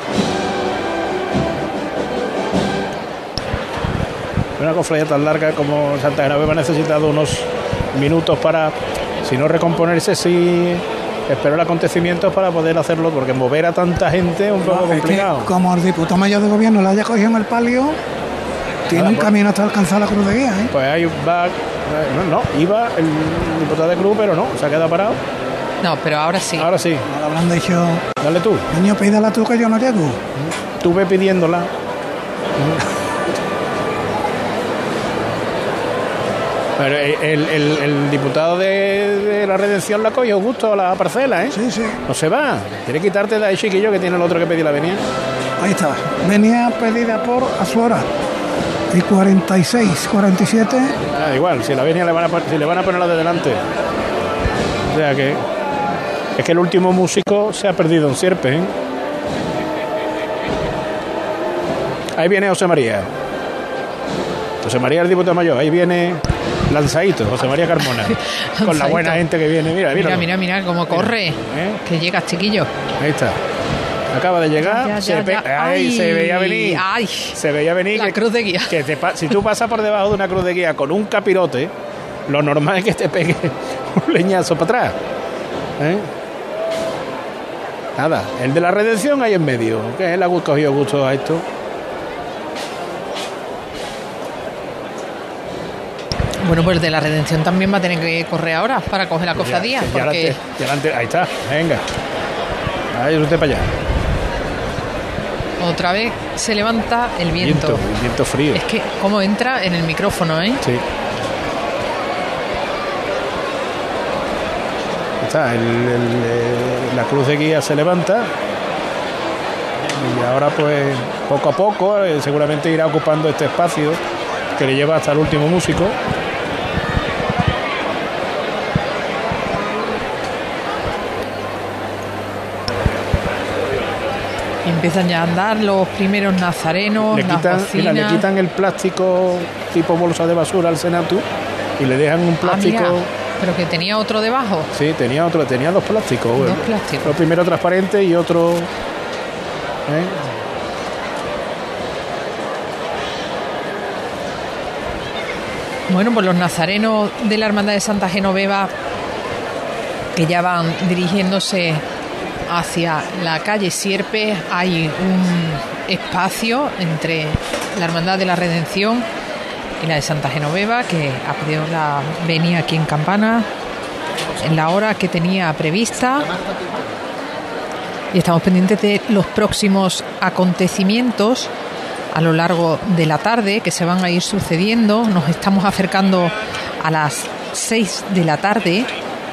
Una cofradía tan larga como Santa Genoveva ha necesitado unos minutos para, si no recomponerse, sí, esperar acontecimientos para poder hacerlo, porque mover a tanta gente es un poco complicado. Es que como el diputado mayor de gobierno le haya cogido en el palio, tiene un camino hasta alcanzar la cruz de guía, ¿eh? Pues ahí va, iba el diputado de Cruz, pero no, se ha quedado parado. No, pero ahora sí. Ahora sí. Ahora habrán dicho, dale tú. Niño, pídala tú que yo no llego. Tú ve pidiéndola. Pero el diputado de la Redención la cogió justo a la parcela, ¿eh? Sí. No se va. Tiene que quitarte de ahí, chiquillo, que tiene el otro que pedir la venia. Ahí está. Venía pedida por a su hora. Y 46, 47. Igual, si la venia le van a poner la de delante. O sea que... Es que el último músico se ha perdido en Sierpe, ¿eh? Ahí viene José María. José María, el diputado mayor. Ahí viene lanzadito, José María Carmona. Con la buena gente que viene. Mira cómo corre. Que llegas, chiquillo. Ahí está. Acaba de llegar. Se veía venir. Ay, se veía venir. La cruz de guía. Si tú pasas por debajo de una cruz de guía con un capirote, lo normal es que te pegue un leñazo para atrás. Nada, el de la Redención ahí en medio, que él ha cogido gusto a esto. Bueno, pues el de la Redención también va a tener que correr ahora para coger la cofradía. Porque... Delante, ahí está, venga. Ahí usted para allá. Otra vez se levanta el viento. El viento frío. Es que cómo entra en el micrófono, ¿eh? Sí. Está, la cruz de guía se levanta y ahora pues poco a poco seguramente irá ocupando este espacio que le lleva hasta el último músico. Y empiezan ya a andar los primeros nazarenos, le quitan el plástico tipo bolsa de basura al Senatu y le dejan un plástico. Pero que tenía otro debajo. Sí, tenía dos plásticos. Dos plásticos. Lo primero transparente y otro. Bueno, pues los nazarenos de la Hermandad de Santa Genoveva, que ya van dirigiéndose hacia la calle Sierpe, hay un espacio entre la Hermandad de la Redención y la de Santa Genoveva, que ha pedido la venia aquí en Campana en la hora que tenía prevista, y estamos pendientes de los próximos acontecimientos a lo largo de la tarde que se van a ir sucediendo. Nos estamos acercando a las 6 de la tarde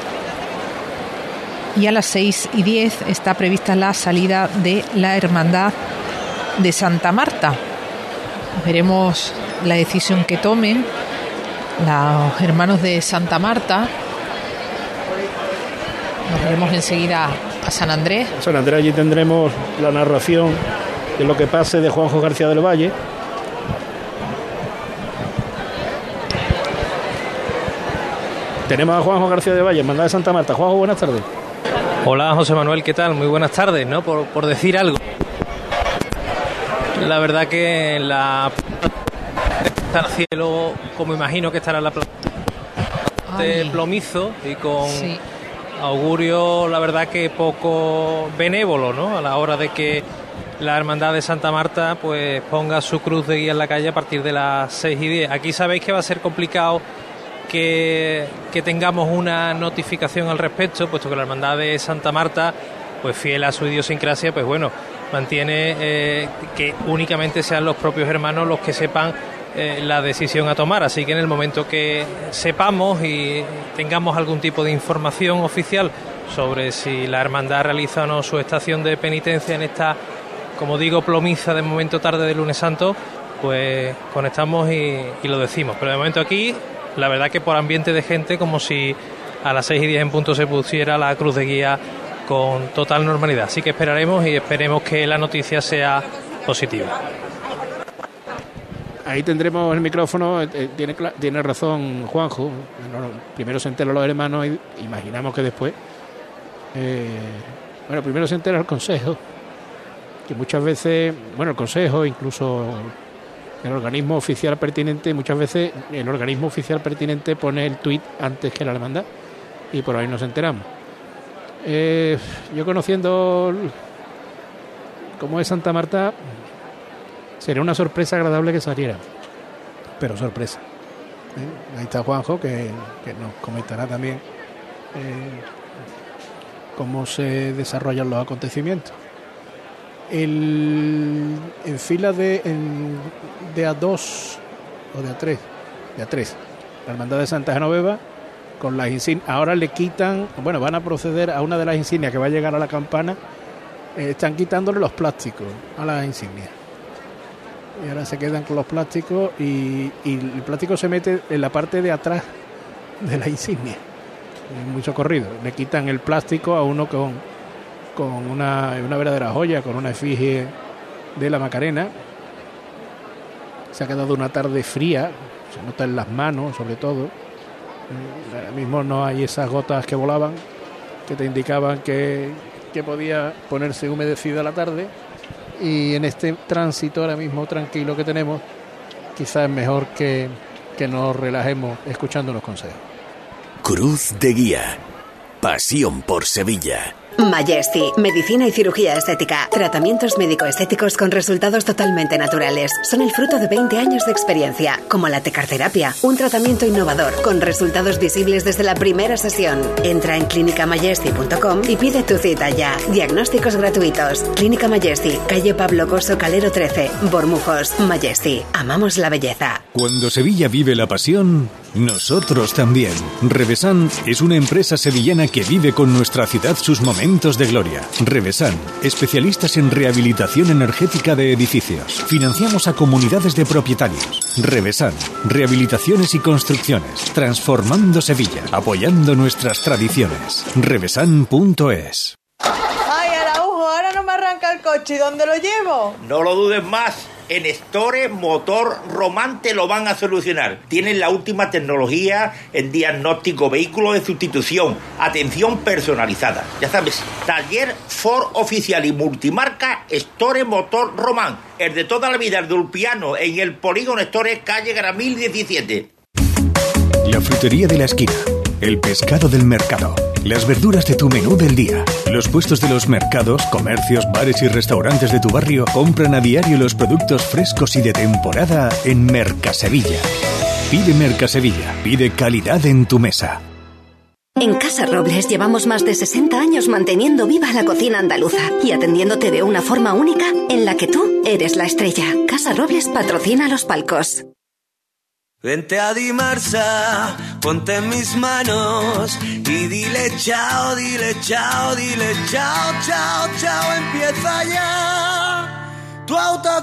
y a las 6:10 está prevista la salida de la Hermandad de Santa Marta. Veremos la decisión que tomen los hermanos de Santa Marta. Nos veremos enseguida a San Andrés. San Andrés, allí tendremos la narración de lo que pase de Juanjo García del Valle. Tenemos a Juanjo García del Valle, Hermandad de Santa Marta. Juanjo, buenas tardes. Hola José Manuel, ¿qué tal? Muy buenas tardes, ¿no? Por decir algo. La verdad que la está al cielo, como imagino que estará la de plomizo y con augurio, la verdad que poco benévolo, ¿no? A la hora de que la Hermandad de Santa Marta pues ponga su cruz de guía en la calle a partir de las 6:10. Aquí sabéis que va a ser complicado que tengamos una notificación al respecto, puesto que la Hermandad de Santa Marta, pues fiel a su idiosincrasia, pues bueno, mantiene que únicamente sean los propios hermanos los que sepan la decisión a tomar. Así que en el momento que sepamos y tengamos algún tipo de información oficial sobre si la hermandad realiza o no su estación de penitencia en esta, como digo, plomiza de momento tarde de Lunes Santo, pues conectamos y lo decimos. Pero de momento aquí, la verdad que por ambiente de gente, como si a las 6:10 en punto se pusiera la cruz de guía con total normalidad. Así que esperaremos y esperemos que la noticia sea positiva. Ahí tendremos el micrófono. Tiene razón Juanjo. Primero se enteran los hermanos y imaginamos que después primero se entera el consejo, que muchas veces, el consejo, incluso el organismo oficial pertinente, muchas veces el organismo oficial pertinente pone el tuit antes que la hermandad y por ahí nos enteramos. Yo conociendo cómo es Santa Marta, sería una sorpresa agradable que saliera, pero sorpresa. Ahí está Juanjo, que nos comentará también cómo se desarrollan los acontecimientos. En fila de A2 o de A3, la Hermandad de Santa Genoveva, con las insignias. Ahora le quitan, van a proceder a una de las insignias que va a llegar a la campana. Están quitándole los plásticos a las insignias. Y ahora se quedan con los plásticos y el plástico se mete en la parte de atrás de la insignia. Muy socorrido. Le quitan el plástico a uno con una verdadera joya, con una efigie de la Macarena. Se ha quedado una tarde fría, se nota en las manos sobre todo. Ahora mismo no hay esas gotas que volaban, que te indicaban que podía ponerse humedecida la tarde. Y en este tránsito ahora mismo tranquilo que tenemos, quizás es mejor que nos relajemos escuchando los consejos. Cruz de Guía. Pasión por Sevilla. Majesty, medicina y cirugía estética. Tratamientos médico-estéticos con resultados totalmente naturales. Son el fruto de 20 años de experiencia, como la tecarterapia, un tratamiento innovador con resultados visibles desde la primera sesión. Entra en clinicamajesty.com y pide tu cita ya. Diagnósticos gratuitos. Clínica Majesty, calle Pablo Coso Calero 13, Bormujos. Majesty, amamos la belleza. Cuando Sevilla vive la pasión, nosotros también. Revesan es una empresa sevillana que vive con nuestra ciudad sus momentos de gloria. Revesan, especialistas en rehabilitación energética de edificios. Financiamos a comunidades de propietarios. Revesan, rehabilitaciones y construcciones. Transformando Sevilla, apoyando nuestras tradiciones. Revesan.es. Ay, Araujo, ahora no me arranca el coche. ¿Y dónde lo llevo? No lo dudes más. En Store Motor Román te lo van a solucionar. Tienen la última tecnología en diagnóstico, vehículo de sustitución, atención personalizada. Ya sabes, taller Ford oficial y multimarca Store Motor Román. El de toda la vida, el de Ulpiano, en el Polígono Store, calle Gramil 17. La frutería de la esquina. El pescado del mercado. Las verduras de tu menú del día. Los puestos de los mercados, comercios, bares y restaurantes de tu barrio compran a diario los productos frescos y de temporada en Mercasevilla. Pide Mercasevilla. Pide calidad en tu mesa. En Casa Robles llevamos más de 60 años manteniendo viva la cocina andaluza y atendiéndote de una forma única en la que tú eres la estrella. Casa Robles patrocina los palcos. Vente a Dimarsa, ponte en mis manos y dile chao, dile chao, dile chao, chao, chao, empieza ya tu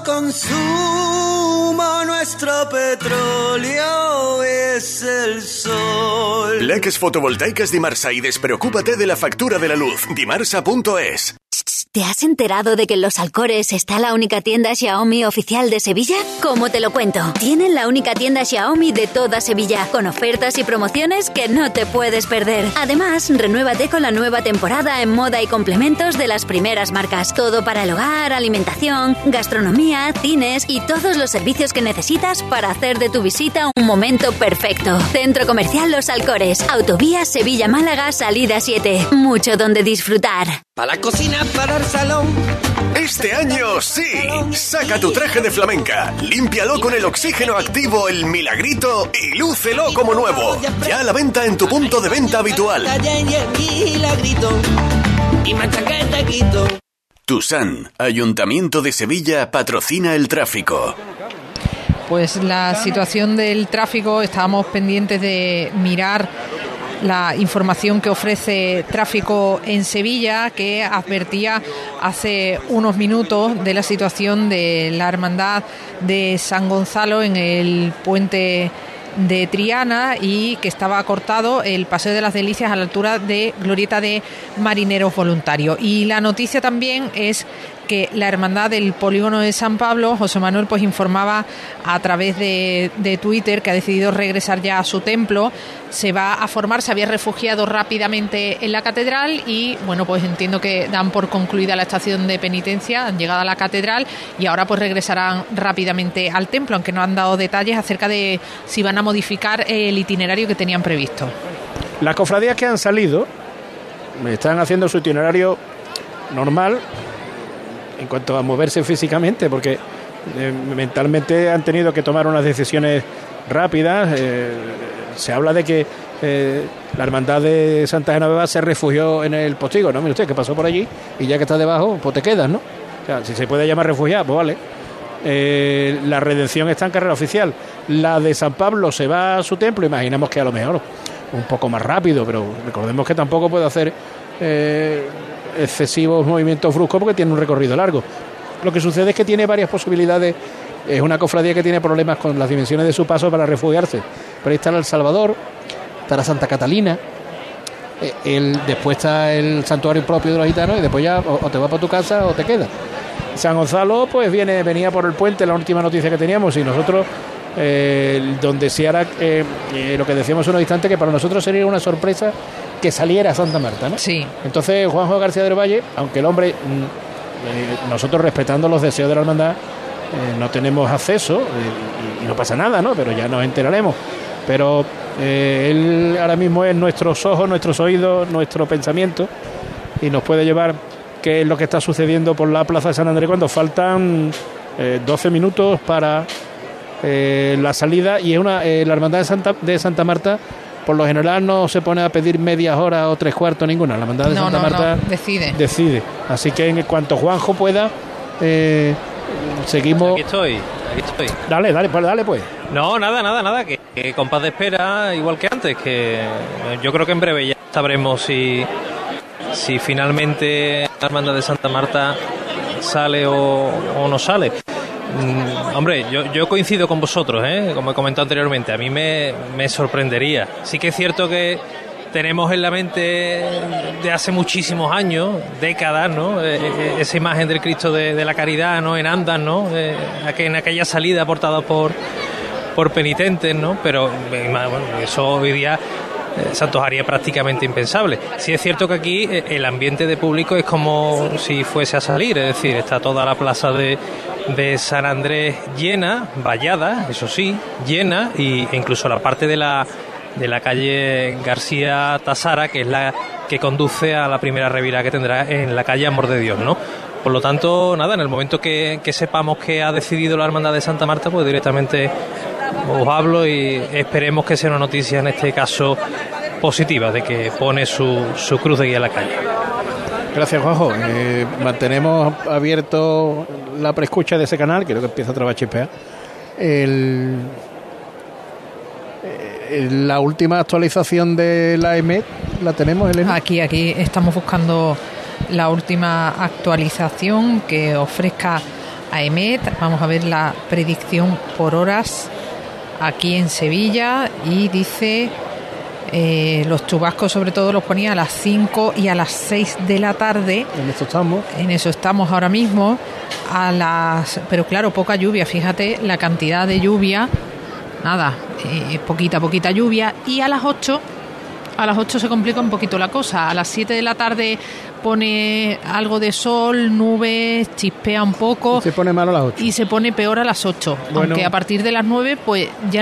autoconsumo, nuestro petróleo es el sol. Placas fotovoltaicas Dimarsa y despreocúpate de la factura de la luz. Dimarsa.es. ¿Te has enterado de que en Los Alcores está la única tienda Xiaomi oficial de Sevilla? ¿Cómo te lo cuento? Tienen la única tienda Xiaomi de toda Sevilla, con ofertas y promociones que no te puedes perder. Además, renuévate con la nueva temporada en moda y complementos de las primeras marcas. Todo para el hogar, alimentación, gastronomía, cines y todos los servicios que necesitas para hacer de tu visita un momento perfecto. Centro Comercial Los Alcores, Autovía Sevilla-Málaga, salida 7. Mucho donde disfrutar. Para la cocina, para el salón. Este año sí, saca tu traje de flamenca, límpialo con el oxígeno activo El Milagrito y lúcelo como nuevo. Ya a la venta en tu punto de venta habitual. Tusan, Ayuntamiento de Sevilla, patrocina el tráfico. Pues la situación del tráfico, estábamos pendientes de mirar la información que ofrece Tráfico en Sevilla, que advertía hace unos minutos de la situación de la Hermandad de San Gonzalo en el puente de Triana y que estaba cortado el Paseo de las Delicias a la altura de Glorieta de Marineros Voluntarios. Y la noticia también es que la Hermandad del Polígono de San Pablo, José Manuel, pues informaba a través de Twitter que ha decidido regresar ya a su templo, se va a formar, se había refugiado rápidamente en la catedral y bueno, pues entiendo que dan por concluida la estación de penitencia, han llegado a la catedral y ahora pues regresarán rápidamente al templo, aunque no han dado detalles acerca de si van a modificar el itinerario que tenían previsto. Las cofradías que han salido están haciendo su itinerario normal en cuanto a moverse físicamente, porque mentalmente han tenido que tomar unas decisiones rápidas. Se habla de que la Hermandad de Santa Genoveva se refugió en el Postigo, ¿no? Mire usted, que pasó por allí y ya que está debajo, pues te quedas, ¿no? O sea, si se puede llamar refugiado, pues vale. La Redención está en carrera oficial. La de San Pablo se va a su templo, imaginamos que a lo mejor un poco más rápido, pero recordemos que tampoco puede hacer excesivos movimientos bruscos porque tiene un recorrido largo. Lo que sucede es que tiene varias posibilidades. Es una cofradía que tiene problemas con las dimensiones de su paso para refugiarse. Pero ahí está el Salvador, está la Santa Catalina, después está el santuario propio de los gitanos y después ya o te vas para tu casa o te quedas. San Gonzalo pues venía por el puente, la última noticia que teníamos, y nosotros donde sí hará lo que decíamos unos instantes, que para nosotros sería una sorpresa que saliera Santa Marta, ¿no? Sí. Entonces Juanjo García del Valle, aunque el hombre, nosotros respetando los deseos de la hermandad, no tenemos acceso y no pasa nada, ¿no? Pero ya nos enteraremos. Pero él ahora mismo es nuestros ojos, nuestros oídos, nuestro pensamiento, y nos puede llevar qué es lo que está sucediendo por la Plaza de San Andrés cuando faltan 12 minutos para la salida. Y es la hermandad de Santa Marta por lo general no se pone a pedir medias horas o 3/4 ninguna. La hermandad de Santa Marta decide. Así que en cuanto Juanjo pueda, seguimos. Aquí estoy. Dale pues. No, nada, que con paz de espera, igual que antes, que yo creo que en breve ya sabremos si finalmente la hermandad de Santa Marta sale o no sale. Hombre, yo coincido con vosotros, como he comentado anteriormente. A mí me sorprendería. Sí que es cierto que tenemos en la mente de hace muchísimos años, décadas, ¿no? Esa imagen del Cristo de la Caridad, ¿no? En Andas, ¿no? En aquella salida aportada por penitentes, ¿no? Pero bueno, eso hoy día se antojaría prácticamente impensable. Sí es cierto que aquí el ambiente de público es como si fuese a salir, es decir, está toda la plaza de San Andrés llena, vallada, eso sí, llena, e incluso la parte de la calle García Tasara, que es la que conduce a la primera revirada que tendrá en la calle Amor de Dios, ¿no? Por lo tanto, nada, en el momento que sepamos que ha decidido la Hermandad de Santa Marta, pues directamente os hablo y esperemos que sea una noticia, en este caso, positiva, de que pone su cruz de guía en la calle. Gracias, Juanjo. Mantenemos abierto la preescucha de ese canal, creo que empieza a trabajar chispear. La última actualización de la EMET, ¿la tenemos, Elena? Aquí estamos buscando la última actualización que ofrezca AEMET. Vamos a ver la predicción por horas aquí en Sevilla y dice los chubascos sobre todo los ponía a las 5 y a las 6 de la tarde. En eso estamos ahora mismo. Pero claro, poca lluvia, fíjate la cantidad de lluvia. Nada, poquita lluvia. Y a las 8 se complica un poquito la cosa. A las 7 de la tarde pone algo de sol, nubes, chispea un poco. Se pone malo a las 8. Y se pone peor a las 8. Bueno, aunque a partir de las 9 pues ya